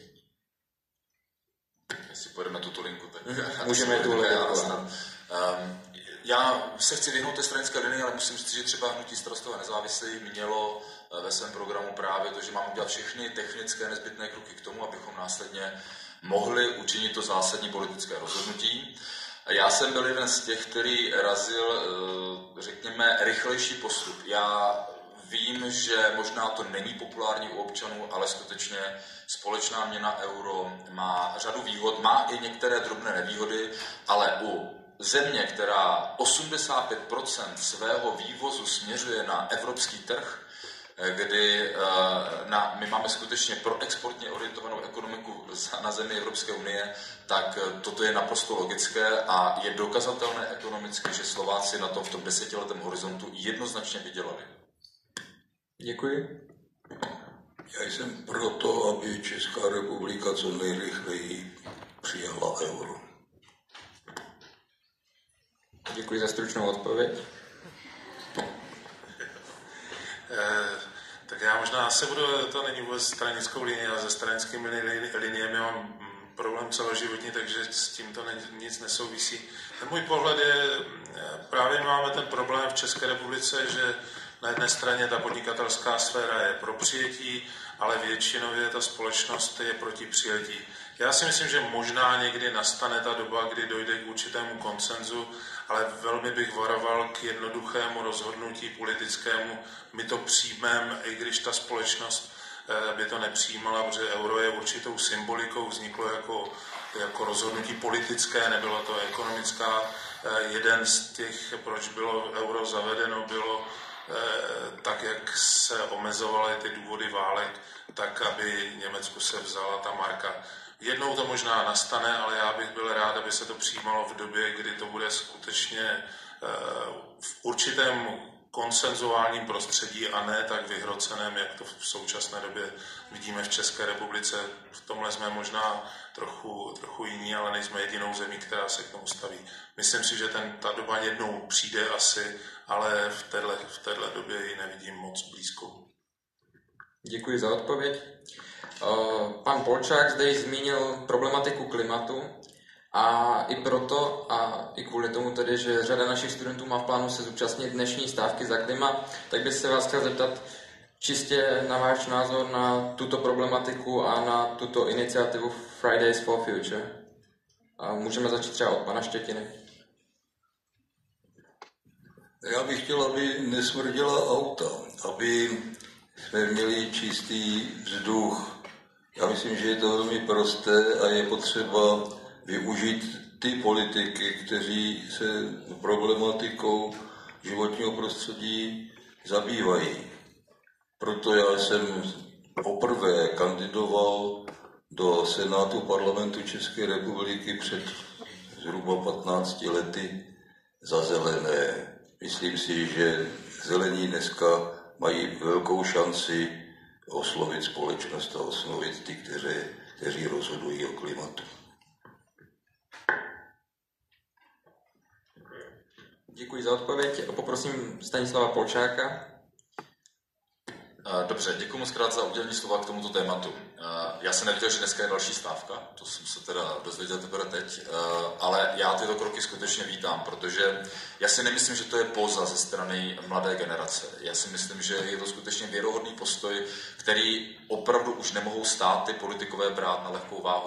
S3: Jestli pojedeme tuto linku, tak
S1: můžeme tu linku.
S3: Um, já se chci vyhnout té stranické linii, ale musím říct, že třeba hnutí Starostové nezávislí mělo ve svém programu právě to, že máme udělat všechny technické nezbytné kroky k tomu, abychom následně mohli učinit to zásadní politické rozhodnutí. Já jsem byl jeden z těch, který razil, řekněme, rychlejší postup. Já vím, že možná to není populární u občanů, ale skutečně společná měna euro má řadu výhod, má i některé drobné nevýhody, ale u země, která osmdesát pět procent svého vývozu směřuje na evropský trh, kdy na, my máme skutečně proexportně orientovanou ekonomiku na zemi Evropské unie, tak toto je naprosto logické a je dokazatelné ekonomicky, že Slováci na tom v tom desetiletém horizontu jednoznačně vydělali.
S1: Děkuji.
S2: Já jsem proto, aby Česká republika co nejrychleji přijala euro.
S1: Děkuji za stručnou odpověď.
S5: Eh, tak já možná se budu, to není vůbec stranickou linii, ale se stranickými liniemi mám problém celoživotní, takže s tím to nic nesouvisí. Ten můj pohled je, právě máme ten problém v České republice, že na jedné straně ta podnikatelská sféra je pro přijetí, ale většinově ta společnost je proti přijetí. Já si myslím, že možná někdy nastane ta doba, kdy dojde k určitému konsenzu, ale velmi bych varoval k jednoduchému rozhodnutí politickému. My to přijmeme, i když ta společnost by to nepřijímala, protože euro je určitou symbolikou, vzniklo jako, jako rozhodnutí politické, nebylo to ekonomická. Jeden z těch, proč bylo euro zavedeno, bylo tak, jak se omezovaly ty důvody válek, tak, aby Německu se vzala ta marka. Jednou to možná nastane, ale já bych byl rád, aby se to přijímalo v době, kdy to bude skutečně v určitém konsenzuálním prostředí a ne tak vyhroceném, jak to v současné době vidíme v České republice. V tomhle jsme možná trochu, trochu jiní, ale nejsme jedinou zemí, která se k tomu staví. Myslím si, že ten, ta doba jednou přijde asi, ale v téhle, v téhle době ji nevidím moc blízkou.
S1: Děkuji za odpověď. Pan Polčák zde již zmínil problematiku klimatu a i proto a i kvůli tomu tedy, že řada našich studentů má v plánu se zúčastnit dnešní stávky za klima, tak bych se vás chtěl zeptat čistě na váš názor na tuto problematiku a na tuto iniciativu Fridays for Future. A můžeme začít třeba od pana Štětiny.
S2: Já bych chtěl, aby nesmrděla auta, aby jsme měli čistý vzduch. Já myslím, že je to velmi prosté a je potřeba využít ty politiky, kteří se problematikou životního prostředí zabývají. Proto já jsem poprvé kandidoval do Senátu Parlamentu České republiky před zhruba patnácti lety za Zelené. Myslím si, že zelení dneska mají velkou šanci oslovit společnost a oslovit ty, kteří, kteří rozhodují o klimatu.
S1: Děkuji za odpověď. Poprosím Stanislava Polčáka.
S3: Dobře, děkuji moc krát za udělení slova k tomuto tématu. Já jsem nevěděl, že dneska je další stávka, to jsem se teda dozvěděl teprve teď, ale já tyto kroky skutečně vítám, protože já si nemyslím, že to je póza ze strany mladé generace. Já si myslím, že je to skutečně věrohodný postoj, který opravdu už nemohou státy politikové brát na lehkou váhu.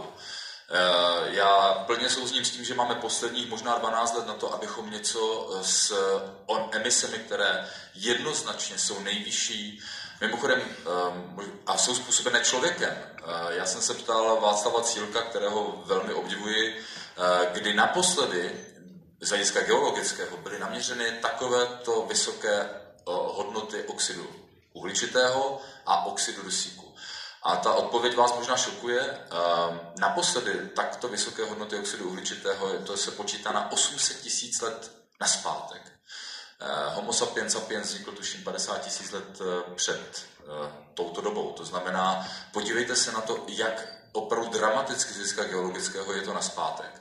S3: Já plně souzním s tím, že máme posledních možná dvanáct let na to, abychom něco s emisemi, které jednoznačně jsou nejvyšší, mimochodem a jsou způsobené člověkem. Já jsem se ptal Václava Cílka, kterého velmi obdivuji, kdy naposledy z hlediska geologického byly naměřeny takovéto vysoké hodnoty oxidu uhličitého a oxidu dusíku. A ta odpověď vás možná šokuje. Naposledy takto vysoké hodnoty oxidu uhličitého, to se počítá na osm set tisíc let nazpátek. Homo sapiens sapiens vznikl tuším padesát tisíc let před touto dobou. To znamená, podívejte se na to, jak opravdu dramaticky z hlediska geologického je to nazpátek.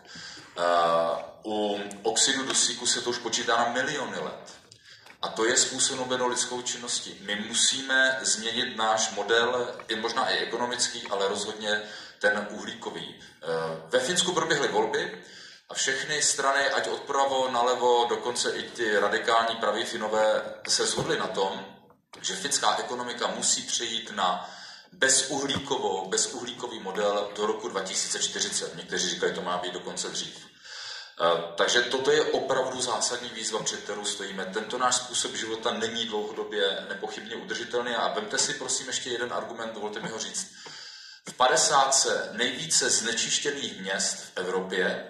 S3: U oxidu dusíku se to už počítá na miliony let. A to je způsobeno lidskou činností. My musíme změnit náš model, i možná i ekonomický, ale rozhodně ten uhlíkový. Ve Finsku proběhly volby a všechny strany, ať odpravo, nalevo, dokonce i ty radikální praví Finové, se shodly na tom, že finská ekonomika musí přejít na bezuhlíkovou, bezuhlíkový model do roku dva tisíce čtyřicet. Někteří říkají, že to má být dokonce dřív. Takže toto je opravdu zásadní výzva, před kterou stojíme. Tento náš způsob života není dlouhodobě nepochybně udržitelný a vemte si prosím ještě jeden argument, dovolte mi ho říct. V padesátce nejvíce znečištěných měst v Evropě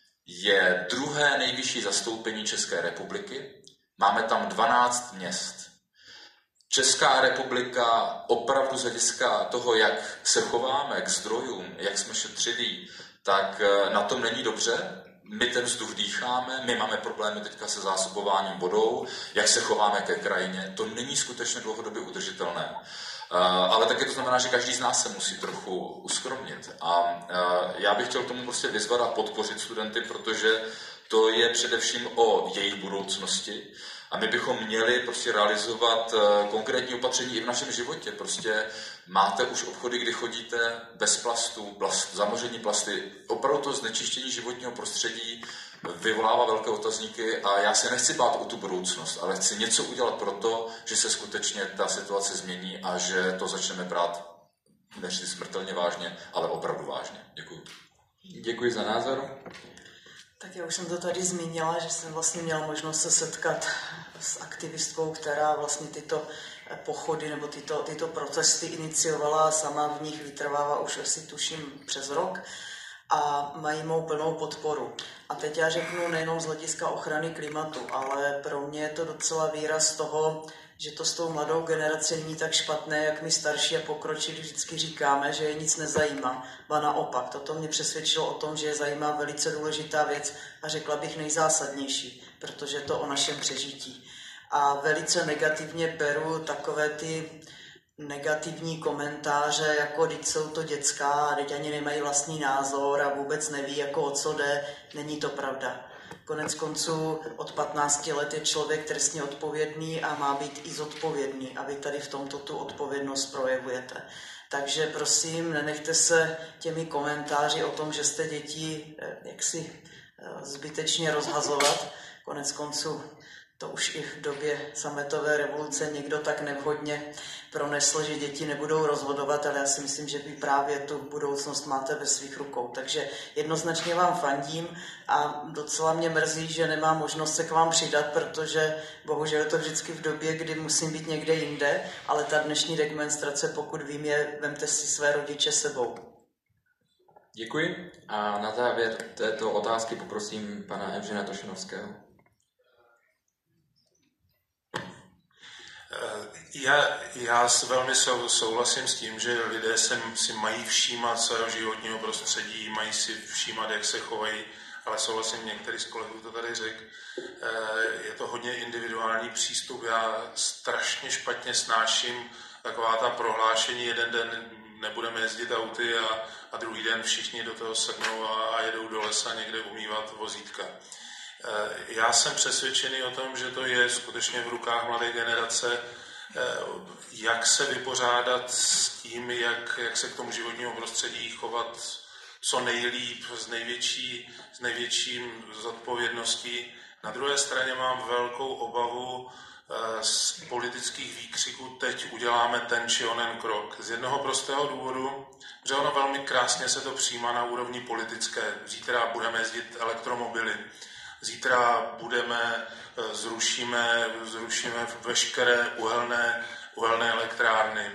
S3: je druhé nejvyšší zastoupení České republiky. Máme tam dvanáct měst. Česká republika opravdu z hlediska toho, jak se chováme k zdrojům, jak jsme šetřiví, tak na tom není dobře. My ten vzduch dýcháme, my máme problémy teďka se zásobováním vodou, jak se chováme ke krajině, to není skutečně dlouhodobě udržitelné. Ale také to znamená, že každý z nás se musí trochu uskromnit. A já bych chtěl tomu prostě vyzvat a podpořit studenty, protože to je především o jejich budoucnosti. A my bychom měli prostě realizovat konkrétní opatření i v našem životě. Prostě máte už obchody, kdy chodíte bez plastů, plast, zamoření plasty. Opravdu to znečištění životního prostředí vyvolává velké otazníky a já se nechci bát o tu budoucnost, ale chci něco udělat pro to, že se skutečně ta situace změní a že to začneme brát než smrtelně vážně, ale opravdu vážně. Děkuji.
S1: Děkuji za názor.
S4: Tak já už jsem to tady zmínila, že jsem vlastně měla možnost se setkat s aktivistkou, která vlastně tyto pochody nebo tyto, tyto protesty iniciovala a sama v nich vytrvává už asi tuším přes rok a mají mou plnou podporu. A teď já řeknu nejenom z hlediska ochrany klimatu, ale pro mě je to docela výraz toho, že to s tou mladou generací není tak špatné, jak my starší a pokročilí vždycky říkáme, že je nic nezajímá. Ba naopak, toto mě přesvědčilo o tom, že je zajímá velice důležitá věc a řekla bych nejzásadnější, protože je to o našem přežití. A velice negativně beru takové ty negativní komentáře, jako teď jsou to dětská a teď ani nemají vlastní názor a vůbec neví, jako o co jde. Není to pravda. Konec konců od patnácti let je člověk trestně odpovědný a má být i zodpovědný a vy tady v tomto tu odpovědnost projevujete. Takže prosím, nenechte se těmi komentáři o tom, že jste děti jaksi zbytečně rozhazovat. Konec konců to už i v době sametové revoluce někdo tak nevhodně pronesl, že děti nebudou rozhodovat, ale já si myslím, že vy právě tu budoucnost máte ve svých rukou. Takže jednoznačně vám fandím a docela mě mrzí, že nemám možnost se k vám přidat, protože bohužel je to vždycky v době, kdy musím být někde jinde, ale ta dnešní demonstrace, pokud vím, je, vemte si své rodiče sebou.
S1: Děkuji a na závěr této otázky poprosím pana Evžena Tošenovského.
S5: Já, já velmi sou, souhlasím s tím, že lidé se, si mají všímat svého životního prostředí, mají si všímat, jak se chovají, ale souhlasím, některý z kolegů to tady řekl. Je to hodně individuální přístup, já strašně špatně snáším taková ta prohlášení, jeden den nebudeme jezdit auty a, a druhý den všichni do toho sednou a, a jedou do lesa někde umývat vozítka. Já jsem přesvědčený o tom, že to je skutečně v rukách mladé generace jak se vypořádat s tím, jak, jak se k tomu životnímu prostředí chovat co nejlíp, s, největší, s největším zodpovědností. Na druhé straně mám velkou obavu z politických výkřiků, teď uděláme ten či onen krok. Z jednoho prostého důvodu, že ono velmi krásně se to přijímá na úrovni politické. Zítra budeme jezdit elektromobily, zítra budeme, zrušíme, zrušíme veškeré uhelné, uhelné elektrárny.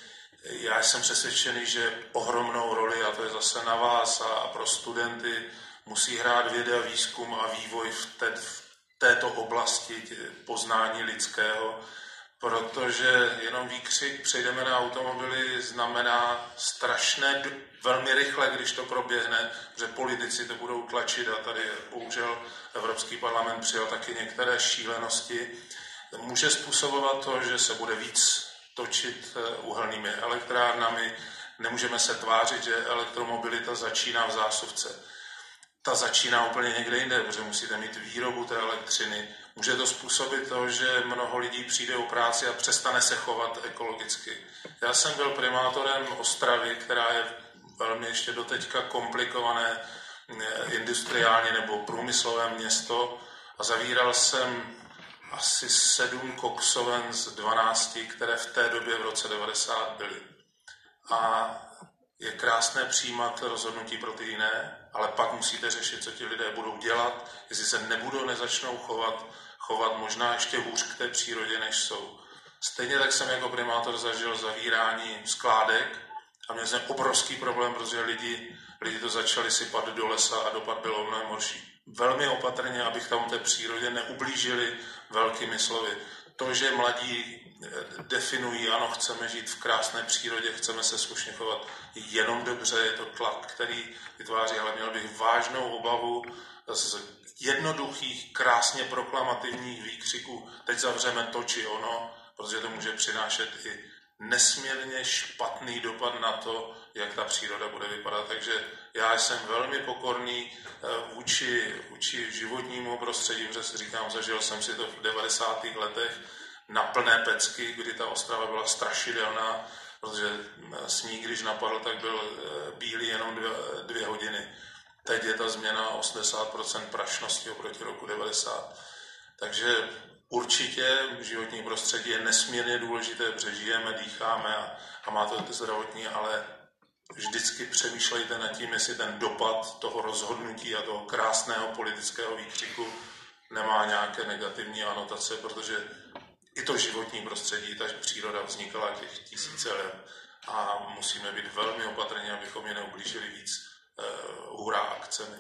S5: Já jsem přesvědčený, že ohromnou roli, a to je zase na vás a pro studenty, musí hrát věda, výzkum a vývoj v, té, v této oblasti poznání lidského, protože jenom výkřik přejdeme na automobily znamená strašné, velmi rychle, když to proběhne, že politici to budou tlačit a tady bohužel Evropský parlament přijal taky některé šílenosti. Může způsobovat to, že se bude víc točit uhelnými elektrárnami. Nemůžeme se tvářit, že elektromobilita začíná v zásuvce. Ta začíná úplně někde jinde, protože musíte mít výrobu té elektřiny. Může to způsobit to, že mnoho lidí přijde o práci a přestane se chovat ekologicky. Já jsem byl primátorem Ostravy, která je velmi ještě doteďka komplikované industriálně nebo průmyslové město, a zavíral jsem asi sedm koksoven z dvanácti, které v té době v roce devadesát byly. A je krásné přijímat rozhodnutí pro ty jiné, ale pak musíte řešit, co ti lidé budou dělat, jestli se nebudou, nezačnou chovat, chovat možná ještě hůř k té přírodě, než jsou. Stejně tak jsem jako primátor zažil zavírání skládek a měl jsem obrovský problém, protože lidi, lidi to začali sypat do lesa a dopad byl mnohem horší. Velmi opatrně, abych tam té přírodě neublížili velkými slovy. To, že mladí definují, ano, chceme žít v krásné přírodě, chceme se slušně chovat, je jenom dobře, je to tlak, který vytváří, ale měl bych vážnou obavu z jednoduchých, krásně proklamativních výkřiků, teď zavřeme to či ono, protože to může přinášet i nesmírně špatný dopad na to, jak ta příroda bude vypadat. Takže já jsem velmi pokorný vůči, vůči životnímu prostředí, protože si říkám, zažil jsem si to v devadesátých letech na plné pecky, kdy ta Ostrava byla strašidelná, protože sníh, když napadl, tak byl bílý jenom dvě, dvě hodiny. Teď je ta změna osmdesát procent prašnosti oproti roku devadesát. Takže určitě životní prostředí je nesmírně důležité, protože žijeme, dýcháme a, a má to zdravotní, ale vždycky přemýšlejte nad tím, jestli ten dopad toho rozhodnutí a toho krásného politického výkřiku nemá nějaké negativní anotace, protože i to životní prostředí, ta příroda vznikala těch tisíce let a musíme být velmi opatrní, abychom je neublížili víc uh, hurá akcemi.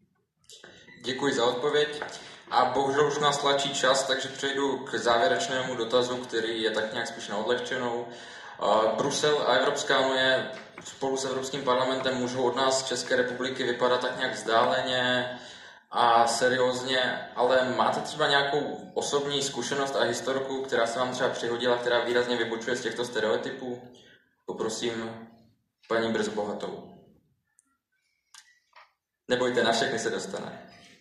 S1: Děkuji za odpověď. A bohužel už nás tlačí čas, takže přejdu k závěrečnému dotazu, který je tak nějak spíš na odlehčenou. Brusel a Evropská unie spolu s Evropským parlamentem můžou od nás z České republiky vypadat tak nějak vzdáleně a seriózně, ale máte třeba nějakou osobní zkušenost a historku, která se vám třeba přihodila, která výrazně vybočuje z těchto stereotypů? Poprosím paní Brzbohatovou. Nebojte, na všechny se dostane.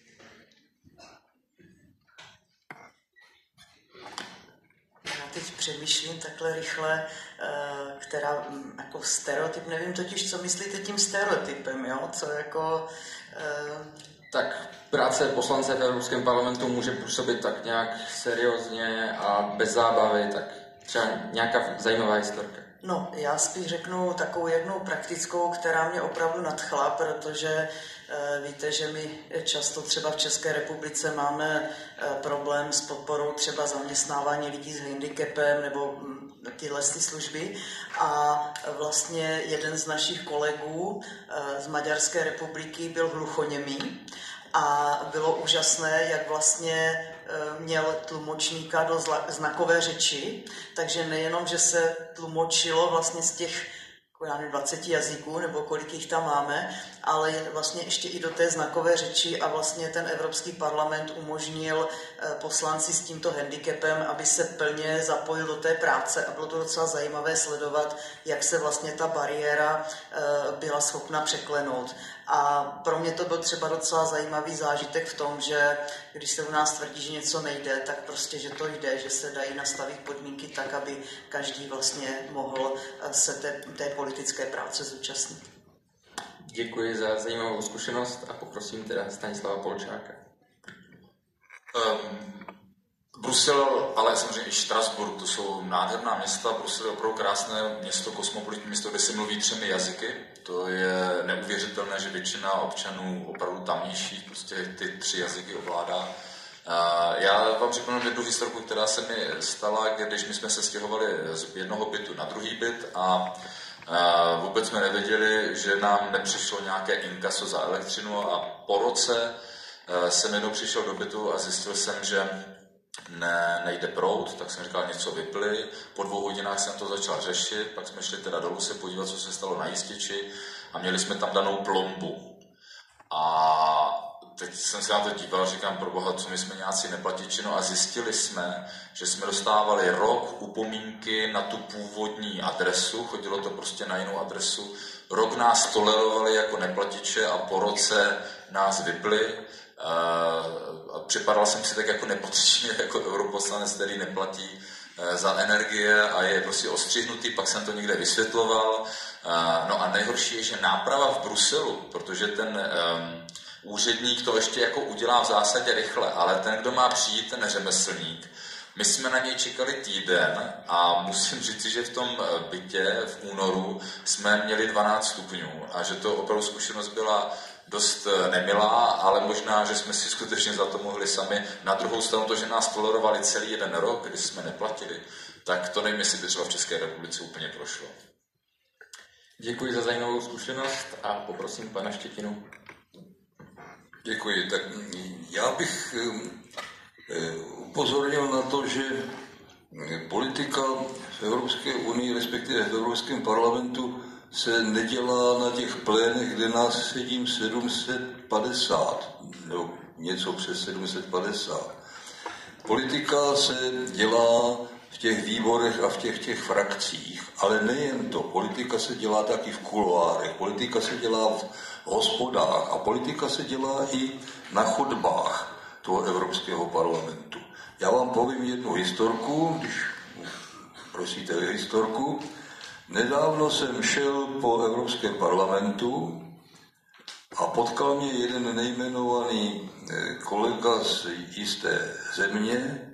S4: Teď přemýšlím takhle rychle, která jako stereotyp, nevím totiž, co myslíte tím stereotypem, jo? Co jako...
S1: Tak práce poslance v Evropském parlamentu může působit tak nějak seriózně a bez zábavy, tak třeba nějaká zajímavá historka.
S4: No, já spíš řeknu takovou jednou praktickou, která mě opravdu nadchla, protože e, víte, že my často třeba v České republice máme e, problém s podporou třeba zaměstnávání lidí s handicapem nebo m, tyhle služby. A vlastně jeden z našich kolegů e, z Maďarské republiky byl hluchoněmý. A bylo úžasné, jak vlastně měl tlumočníka do znakové řeči, takže nejenom, že se tlumočilo vlastně z těch já nevím, dvacet jazyků, nebo kolik jich tam máme, ale vlastně ještě i do té znakové řeči a vlastně ten Evropský parlament umožnil poslanci s tímto handicapem, aby se plně zapojil do té práce a bylo to docela zajímavé sledovat, jak se vlastně ta bariéra byla schopna překlenout. A pro mě to byl třeba docela zajímavý zážitek v tom, že když se u nás tvrdí, že něco nejde, tak prostě, že to jde, že se dají nastavit podmínky tak, aby každý vlastně mohl se té, té politické práce zúčastnit.
S1: Děkuji za zajímavou zkušenost a poprosím teda Stanislava Polčáka.
S3: Um, Brusel, ale samozřejmě i Štrasburg, to jsou nádherná města. Brusel je opravdu krásné město, kosmopolitní město, kde se mluví třemi jazyky. To je neuvěřitelné, že většina občanů opravdu tamnějších prostě ty tři jazyky ovládá. Já vám řeknu jednu historku, která se mi stala, když my jsme se stěhovali z jednoho bytu na druhý byt a vůbec jsme nevěděli, že nám nepřišlo nějaké inkaso za elektřinu a po roce jsem jednou přišel do bytu a zjistil jsem, že ne, nejde proud, tak jsem říkal, něco vypli. Po dvou hodinách jsem to začal řešit, pak jsme šli teda dolů se podívat, co se stalo na jističi a měli jsme tam danou plombu. A teď jsem se na to díval, říkám, proboha, co my jsme nějací neplatiči, no a zjistili jsme, že jsme dostávali rok upomínky na tu původní adresu, chodilo to prostě na jinou adresu, rok nás tolerovali jako neplatiče a po roce nás vypli. A připadal jsem si tak jako nepatřičně jako europoslanec, který neplatí za energie a je prostě ostřihnutý, pak jsem to někde vysvětloval. No a nejhorší je, že náprava v Bruselu, protože ten um, úředník to ještě jako udělá v zásadě rychle, ale ten, kdo má přijít, ten řemeslník, my jsme na něj čekali týden a musím říct, že v tom bytě v únoru jsme měli dvanáct stupňů a že to opravdu zkušenost byla dost nemilá, ale možná, že jsme si skutečně za to mohli sami. Na druhou stranu to, že nás tolerovali celý jeden rok, kdy jsme neplatili, tak to nevím, jestli by třeba v České republice úplně prošlo.
S1: Děkuji za zajímavou zkušenost a poprosím pana Štětinu.
S2: Děkuji. Tak já bych upozornil na to, že politika v Evropské unii, respektive v Evropském parlamentu, se nedělá na těch plénech, kde nás sedím sedm set padesát, nebo něco přes sedm set padesát. Politika se dělá v těch výborech a v těch, těch frakcích, ale nejen to. Politika se dělá taky v kuloárech, politika se dělá v hospodách a politika se dělá i na chodbách toho Evropského parlamentu. Já vám povím jednu historku, když prosíte historku. Nedávno jsem šel po Evropském parlamentu a potkal mě jeden nejmenovaný kolega z jisté země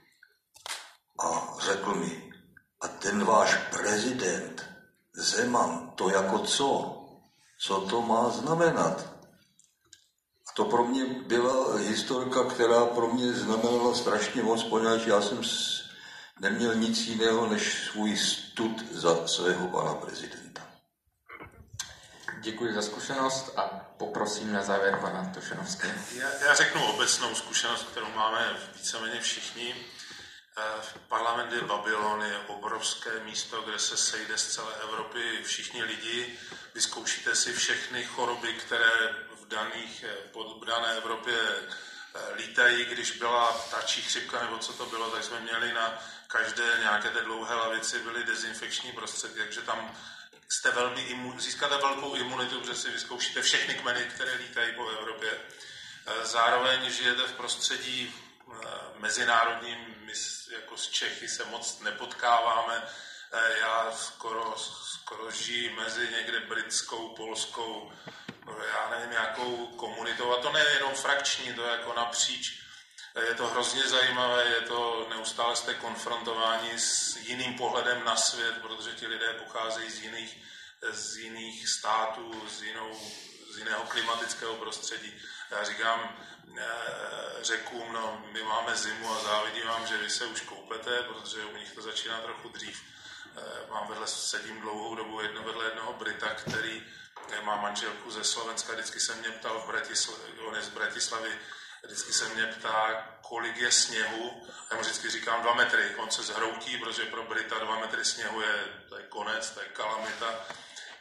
S2: a řekl mi, a ten váš prezident Zeman, to jako co? Co to má znamenat? A to pro mě byla historka, která pro mě znamenala strašně moc, poněvadž já jsem neměl nic jiného než svůj stud za svého pana prezidenta.
S1: Děkuji za zkušenost a poprosím na závěr pana Tošenovského.
S5: Já, já řeknu obecnou zkušenost, kterou máme víceméně všichni. Parlament je Babylon, je obrovské místo, kde se sejde z celé Evropy všichni lidi. Vyzkoušíte si všechny choroby, které v, daných, v dané Evropě lítají. Když byla ptačí chřipka nebo co to bylo, tak jsme měli na každé nějaké té dlouhé lavici byly dezinfekční prostředky, takže tam jste velmi imu, získáte velkou imunitu, protože si vyzkoušíte všechny kmeny, které lítají po Evropě. Zároveň žijete v prostředí mezinárodním, my jako z Čechy se moc nepotkáváme. Já skoro, skoro žiji mezi někde britskou, polskou, já nevím, jakou komunitou, a to nejenom frakční, to je jako napříč. Je to hrozně zajímavé, je to, neustále jste konfrontováni s jiným pohledem na svět, protože ti lidé pocházejí z jiných, z jiných států, z, jinou, z jiného klimatického prostředí. Já říkám Řekům, no my máme zimu a závidím vám, že vy se už koupete, protože u nich to začíná trochu dřív. Mám vedle, sedím dlouhou dobu jedno vedle jednoho Brita, který má manželku ze Slovenska, vždycky se mě ptal v Bratislavě, on je z Bratislavy, vždycky se mě ptá, kolik je sněhu. Já mu vždycky říkám dva metry. On se zhroutí, protože pro Brita dva metry sněhu je, to je konec, to je kalamita.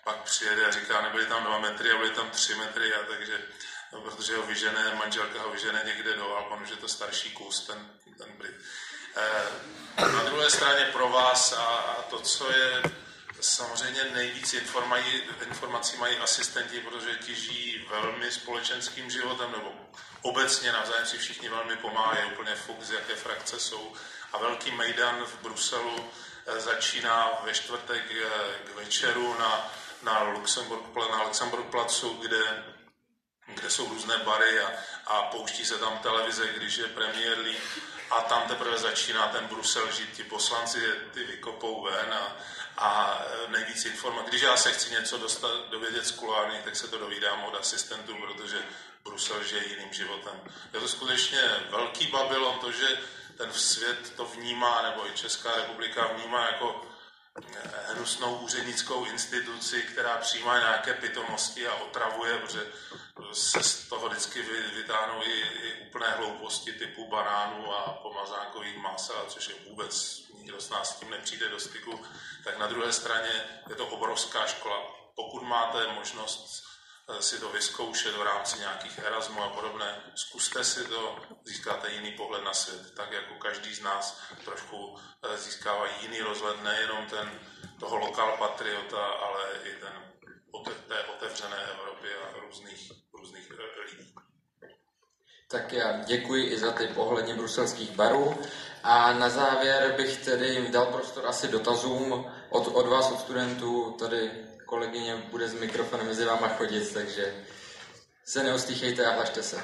S5: pak přijede a říká, nebyly tam dva metry a byly tam tři metry, a takže, no, protože ho vyžene, manželka ho vyžene někde do Alp, on už je to starší kus, ten, ten Brit. E, na druhé straně pro vás a, a to, co je samozřejmě nejvíc informací, informací mají asistenti, protože ti žijí velmi společenským životem, nebo obecně navzájem si všichni velmi pomáhají, úplně fuk, z jaké frakce jsou. A velký mejdan v Bruselu začíná ve čtvrtek k večeru na, na, Luxemburg, na Luxemburgplacu, kde, kde jsou různé bary a, a pouští se tam televize, když je Premier League. A tam teprve začíná ten Brusel žít, ti poslanci ty vykopou ven a, a nejvíc informací. Když já se chci něco dostat, dovědět z kulárny, tak se to dovídám od asistentů, protože Brusel žije jiným životem. Je to skutečně velký Babylon, to, že ten svět to vnímá, nebo i Česká republika vnímá jako hnusnou úřednickou instituci, která přijímá nějaké pitomosti a otravuje, protože se z toho vždycky vytáhnou i, i úplné hlouposti typu banánů a pomazánkových masa, což je vůbec, nikdo z nás s tím nepřijde do styku. Tak na druhé straně je to obrovská škola. Pokud máte možnost si to vyzkoušet v rámci nějakých Erasmů a podobné, zkuste si to, získáte jiný pohled na svět, tak jako každý z nás trošku získává jiný rozhled, nejenom ten toho lokal patriota, ale i ten té otevřené Evropy a různých, různých lidí.
S1: Tak já děkuji i za ty pohledně bruselských barů a na závěr bych tedy dal prostor asi dotazům od, od vás, od studentů. Tady kolegyně bude s mikrofonem mezi váma chodit, takže se neostýchejte a hlašte se.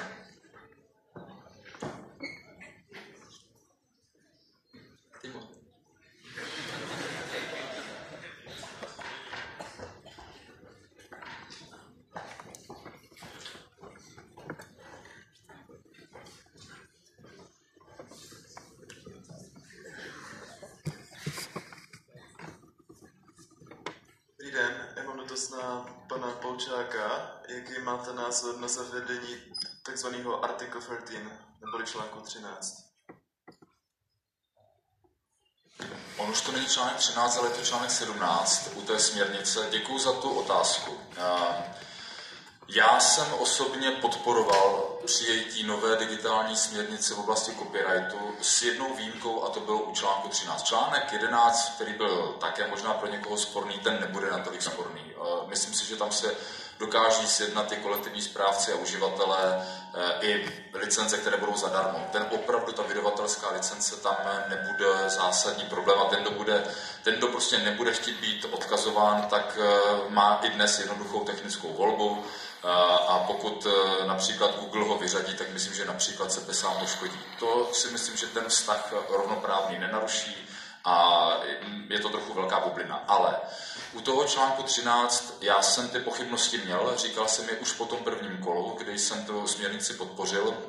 S1: Timo.
S6: Dobrý den, já mám dotaz na pana Polčáka. Jaký máte názor na zavedení takzvaného Article třináct, neboli článku třináct?
S3: On už to není článek třináct, ale je to článek sedmnáct u té směrnice. Děkuji za tu otázku. Já jsem osobně podporoval přijetí nové digitální směrnice v oblasti copyrightu s jednou výjimkou, a to bylo u článku třináct. Článek jedenáct, který byl také možná pro někoho sporný, ten nebude natolik sporný. Myslím si, že tam se dokáží sjednat i kolektivní správci a uživatelé i licence, které budou zadarmo. Ten opravdu, ta vydavatelská licence tam nebude zásadní problém a ten, kdo, bude, ten, kdo prostě nebude chtít být odkazován, tak má i dnes jednoduchou technickou volbu. A pokud například Google ho vyřadí, tak myslím, že například se sám poškodí. To si myslím, že ten vztah rovnoprávný nenaruší a je to trochu velká bublina. Ale u toho článku třináct já jsem ty pochybnosti měl, říkal jsem je už po tom prvním kolu, kdy jsem tu směrnici podpořil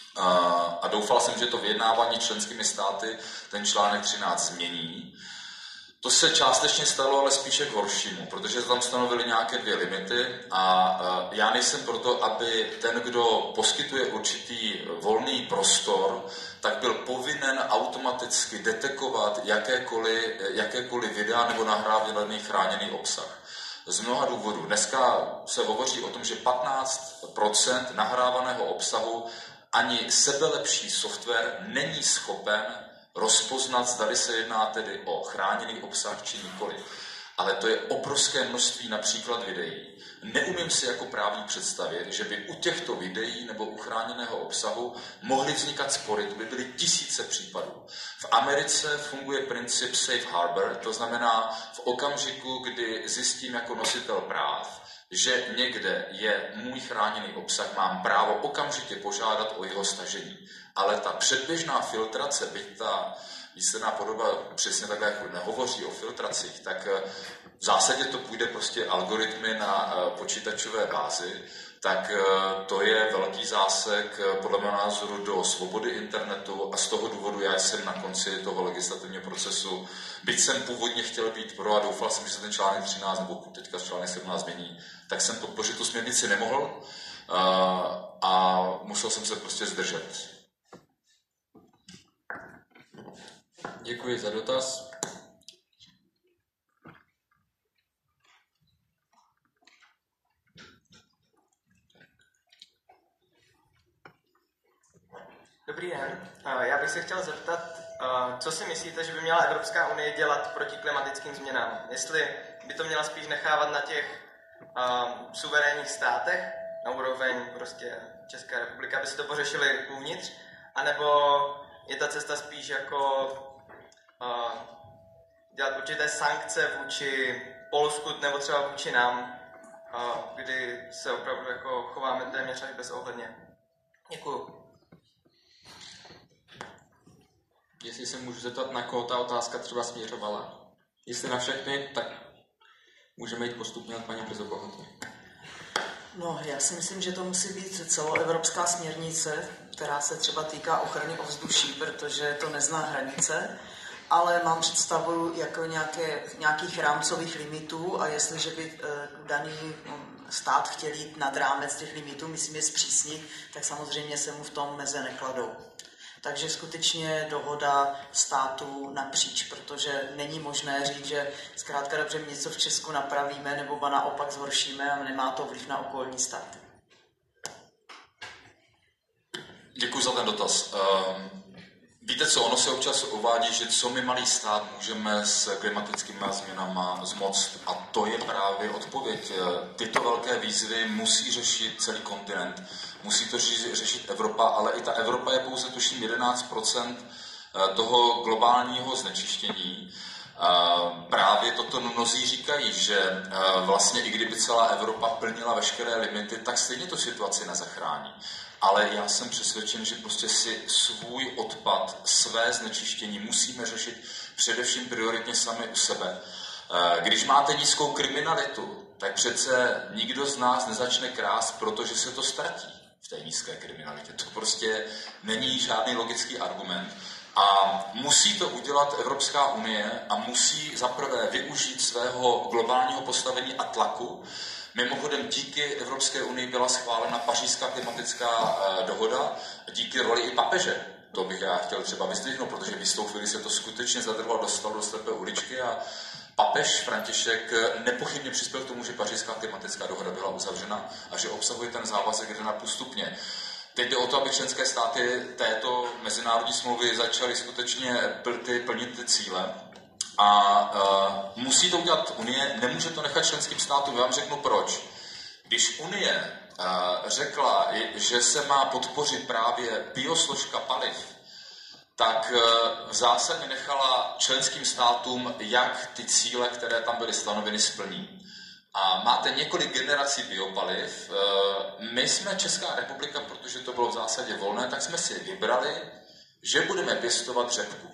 S3: a doufal jsem, že to vyjednávání členskými státy ten článek třináct změní. To se částečně stalo, ale spíše k horšímu, protože tam stanovili nějaké dvě limity a já nejsem proto, aby ten, kdo poskytuje určitý volný prostor, tak byl povinen automaticky detekovat jakékoliv, jakékoliv videa nebo nahrávaný chráněný obsah. Z mnoha důvodů. Dneska se hovoří o tom, že patnáct procent nahrávaného obsahu ani sebelepší software není schopen rozpoznat, zdali se jedná tedy o chráněný obsah či nikoli. Ale to je obrovské množství například videí. Neumím si jako právník představit, že by u těchto videí nebo u chráněného obsahu mohly vznikat spory, to by byly tisíce případů. V Americe funguje princip safe harbor, to znamená v okamžiku, kdy zjistím jako nositel práv, že někde je můj chráněný obsah, mám právo okamžitě požádat o jeho stažení. Ale ta předběžná filtrace, byť ta výsledná podoba přesně takhle jako nehovoří o filtracích, tak v zásadě to půjde prostě algoritmy na počítačové bázi, tak to je velký zásek podle mého názoru do svobody internetu a z toho důvodu já jsem na konci toho legislativního procesu, byť jsem původně chtěl být pro a doufal jsem, že se ten článek třináct nebo teďka článek sedmnáct změní, tak jsem podpořit tu směrnici nemohl a musel jsem se prostě zdržet.
S1: Děkuji za dotaz.
S7: bych se chtěl zeptat, uh, co si myslíte, že by měla Evropská unie dělat proti klimatickým změnám? Jestli by to měla spíš nechávat na těch uh, suverénních státech, na úroveň prostě České republiky, aby si to pořešili uvnitř, anebo je ta cesta spíš jako uh, dělat určité sankce vůči Polsku nebo třeba vůči nám, uh, kdy se opravdu jako chováme téměř až bezohledně. Děkuju.
S1: Jestli se můžu zeptat, na koho ta otázka třeba směřovala. Jestli na všechny, tak můžeme jít postupně od paní Brzobohaté.
S4: No, já si myslím, že to musí být celoevropská směrnice, která se třeba týká ochrany ovzduší, protože to nezná hranice, ale mám představu jako nějaké, nějakých rámcových limitů a jestliže by e, daný stát chtěl jít nad rámec těch limitů, myslím je zpřísnit, tak samozřejmě se mu v tom meze nekladou. Takže skutečně dohoda států napříč, protože není možné říct, že zkrátka dobře my něco v Česku napravíme nebo ba naopak zhoršíme a nemá to vliv na okolní státy.
S3: Děkuji za ten dotaz. Víte co, ono se občas uvádí, že co my malý stát můžeme s klimatickými změnami zmoct, a to je právě odpověď. Tyto velké výzvy musí řešit celý kontinent, musí to řešit Evropa, ale i ta Evropa je pouze tuším jedenáct procent toho globálního znečištění. Právě toto mnozí říkají, že vlastně i kdyby celá Evropa plnila veškeré limity, tak stejně to situaci nezachrání. Ale já jsem přesvědčen, že prostě si svůj odpad, své znečištění musíme řešit především prioritně sami u sebe. Když máte nízkou kriminalitu, tak přece nikdo z nás nezačne krást, protože se to ztratí v té nízké kriminalitě. To prostě není žádný logický argument. A musí to udělat Evropská unie a musí zaprvé využít svého globálního postavení a tlaku. Mimochodem díky Evropské unii byla schválena Pařížská klimatická dohoda, díky roli i papeže. To bych já chtěl třeba vyzdvihnout, protože v jistou chvíli se to skutečně zadrvalo, dostalo do slepé uličky a papež František nepochybně přispěl k tomu, že Pařížská klimatická dohoda byla uzavřena a že obsahuje ten závazek jeden a půl stupně. Teď jde o to, aby členské státy této mezinárodní smlouvy začaly skutečně plnit ty cíle. A uh, musí to udělat Unie, nemůže to nechat členským státům. Já vám řeknu proč. Když Unie uh, řekla, že se má podpořit právě biosložka paliv, tak uh, v zásadě nechala členským státům, jak ty cíle, které tam byly stanoveny, splní. A máte několik generací biopaliv. Uh, my jsme Česká republika, protože to bylo v zásadě volné, tak jsme si vybrali, že budeme pěstovat řepku.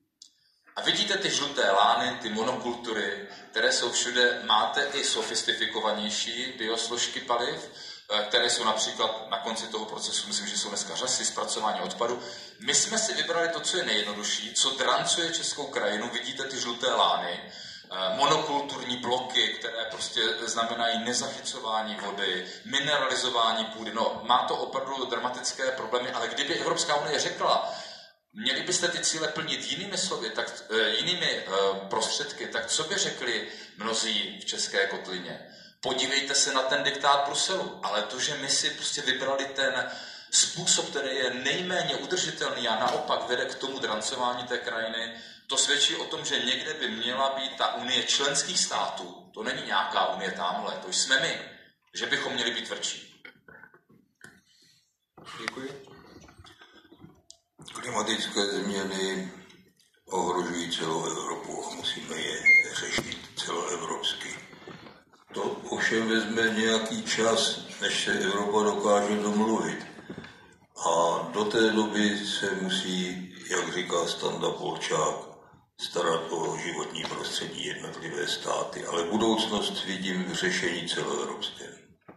S3: A vidíte ty žluté lány, ty monokultury, které jsou všude, máte i sofistifikovanější biosložky paliv, které jsou například na konci toho procesu, myslím, že jsou dneska řasy, zpracování odpadu. My jsme si vybrali to, co je nejjednodušší, co drancuje českou krajinu, vidíte ty žluté lány, monokulturní bloky, které prostě znamenají nezachycování vody, mineralizování půdy. No, má to opravdu dramatické problémy, ale kdyby Evropská unie řekla, měli byste ty cíle plnit jinými slovy, tak, jinými uh, prostředky, tak co by řekli mnozí v České kotlině? Podívejte se na ten diktát Bruselu, ale to, že my si prostě vybrali ten způsob, který je nejméně udržitelný a naopak vede k tomu drancování té krajiny, to svědčí o tom, že někde by měla být ta unie členských států, to není nějaká unie tamhle, to jsme my, že bychom měli být tvrdší.
S1: Děkuji.
S2: Klimatické změny ohrožují celou Evropu a musíme je řešit celoevropsky. To ovšem vezme nějaký čas, než se Evropa dokáže domluvit. A do té doby se musí, jak říká Standa Polčák, starat o životní prostředí jednotlivé státy. Ale budoucnost vidím v řešení celoevropském.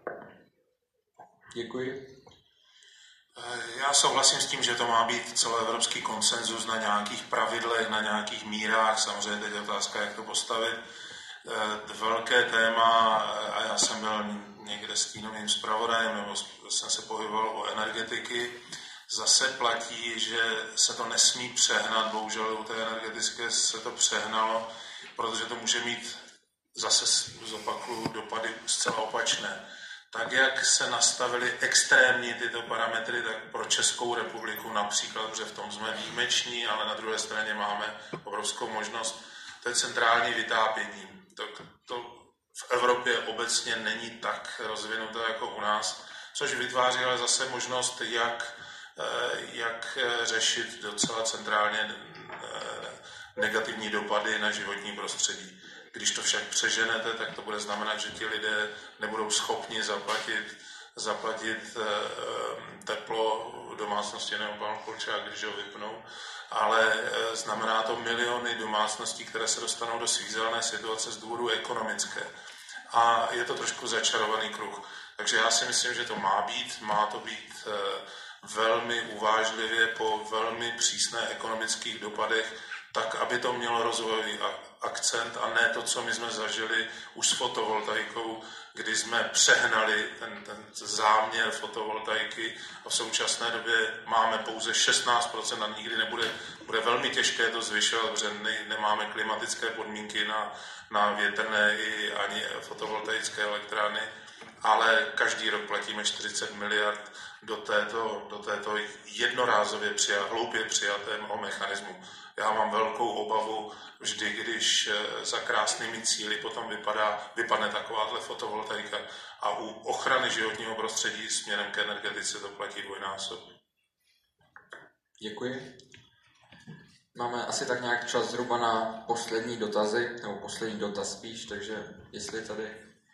S1: Děkuji.
S5: Já souhlasím s tím, že to má být celoevropský konsenzus na nějakých pravidlech, na nějakých mírách. Samozřejmě teď je otázka, jak to postavit. Velké téma, a já jsem byl někde stínovým zpravodajem, nebo jsem se pohyboval o energetiky, zase platí, že se to nesmí přehnat. Bohužel u té energetické se to přehnalo, protože to může mít zase zopakuju dopady zcela opačné. tak jak se nastavily extrémní tyto parametry, tak pro Českou republiku například, protože v tom jsme výjimeční, ale na druhé straně máme obrovskou možnost, to je centrální vytápění. To, to v Evropě obecně není tak rozvinuté jako u nás, což vytváří ale zase možnost, jak, jak řešit docela centrálně negativní dopady na životní prostředí. Když to však přeženete, tak to bude znamenat, že ti lidé nebudou schopni zaplatit, zaplatit teplo v domácnosti nebo pan Polčák, když ho vypnou, ale znamená to miliony domácností, které se dostanou do svízelné situace z důvodu ekonomické. A je to trošku začarovaný kruh. Takže já si myslím, že to má být, má to být velmi uvážlivě po velmi přísné ekonomických dopadech, tak, aby to mělo rozvojový akcent a ne to, co my jsme zažili už s fotovoltaikou, kdy jsme přehnali ten, ten záměr fotovoltaiky a v současné době máme pouze šestnáct procent a nikdy nebude, bude velmi těžké to zvyšovat, protože ne, nemáme klimatické podmínky na, na větrné i ani fotovoltaické elektrárny, ale každý rok platíme čtyřicet miliard do této, do této jednorázově přijat, hloupě přijatého mechanismu. Já mám velkou obavu vždy, když za krásnými cíli potom vypadá, vypadne takováhle fotovoltaika a u ochrany životního prostředí směrem k energetice to platí dvojnásob.
S1: Děkuji. Máme asi tak nějak čas zhruba na poslední dotazy, nebo poslední dotaz spíš, takže jestli tady...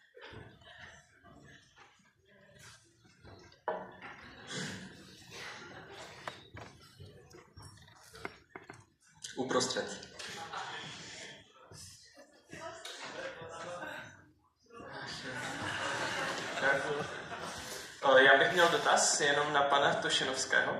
S1: Uprostřed.
S7: Já bych měl dotaz jenom na pana Tošenovského.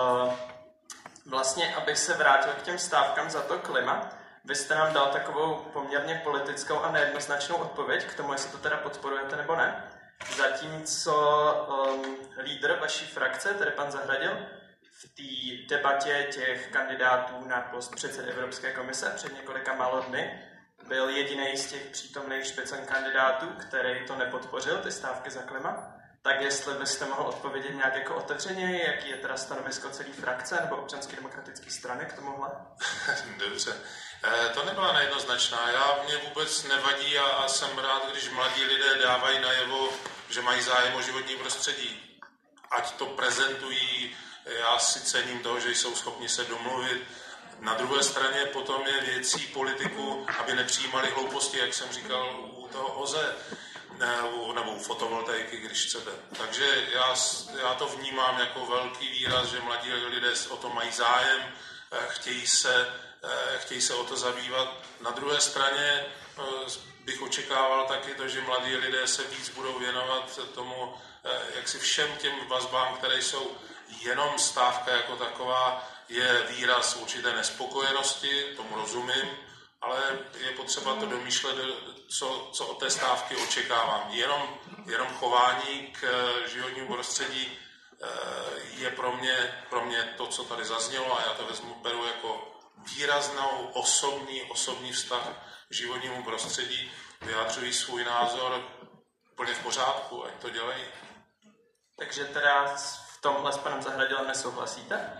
S7: Vlastně, abych se vrátil k těm stávkám za to klima, vy jste nám dal takovou poměrně politickou a nejednoznačnou odpověď k tomu, jestli to teda podporujete nebo ne. Zatímco um, lídr vaší frakce, tedy pan Zahradil, v té debatě těch kandidátů na post předsedy Evropské komise před několika málo dny byl jediný z těch přítomných špicen kandidátů, který to nepodpořil, ty stávky za klima. Tak jestli byste mohl odpovědět nějak jako otevřeně, jaký je teda stanovisko celé frakce nebo občanské demokratické strany k tomuhle?
S5: Dobře. E, to nebyla nejednoznačná. Já mě vůbec nevadí a, a jsem rád, když mladí lidé dávají najevo, že mají zájem o životní prostředí. Ať to prezentují. Já si cením toho, že jsou schopni se domluvit. Na druhé straně potom je věcí politiků, aby nepřijímali hlouposti, jak jsem říkal u toho O Z E, nebo u fotovoltaiky, když chcete. Takže já, já to vnímám jako velký výraz, že mladí lidé o to mají zájem, chtějí se, chtějí se o to zabývat. Na druhé straně bych očekával taky to, že mladí lidé se víc budou věnovat tomu, jak si všem těm vazbám, které jsou jenom stávka jako taková, je výraz určité nespokojenosti, tomu rozumím, ale je potřeba to domýšlet, co, co od té stávky očekávám. Jenom, jenom chování k životnímu prostředí je pro mě, pro mě to, co tady zaznělo, a já to vezmu, beru jako výraznou osobní, osobní vztah k životnímu prostředí. Vyjádřují svůj názor úplně v pořádku, ať to dělají.
S7: Takže teda v tomhle s panem Zahradilem nesouhlasíte?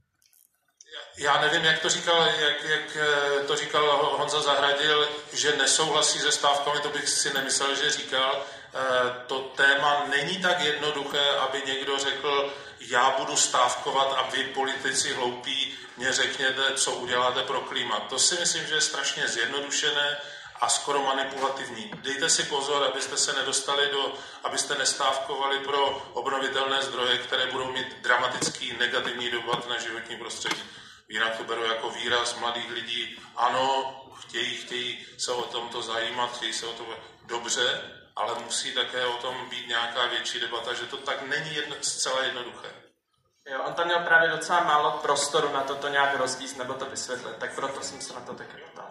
S5: Já nevím, jak to říkal, jak, jak to říkal Honza Zahradil, že nesouhlasí se stávkami, to bych si nemyslel, že říkal. To téma není tak jednoduché, aby někdo řekl, já budu stávkovat a vy politici hloupí mě řekněte, co uděláte pro klima. To si myslím, že je strašně zjednodušené a skoro manipulativní. Dejte si pozor, abyste se nedostali do, abyste nestávkovali pro obnovitelné zdroje, které budou mít dramatický negativní dopad na životní prostředí. Jinak to beru jako výraz mladých lidí. Ano, chtějí, chtějí se o tomto zajímat, chtějí se o to dobře, ale musí také o tom být nějaká větší debata, že to tak není jedno, zcela jednoduché.
S7: Jo, on tam měl právě docela málo prostoru na to, to nějak rozvíct nebo to vysvětlit, tak proto jsem se na to taky ptal.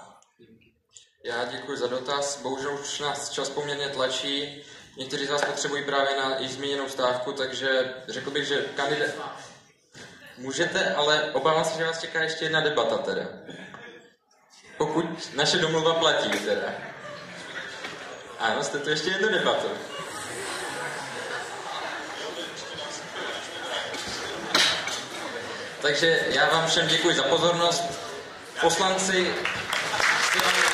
S1: Já děkuji za dotaz. Bohužel už nás čas poměrně tlačí. Někteří z vás potřebují právě na již zmíněnou stávku, takže řekl bych, že kandidát... Můžete, ale obávám se, že vás čeká ještě jedna debata teda. Pokud naše domluva platí teda. Ano, jste tu ještě jednu debatu. Takže já vám všem děkuji za pozornost. Poslanci,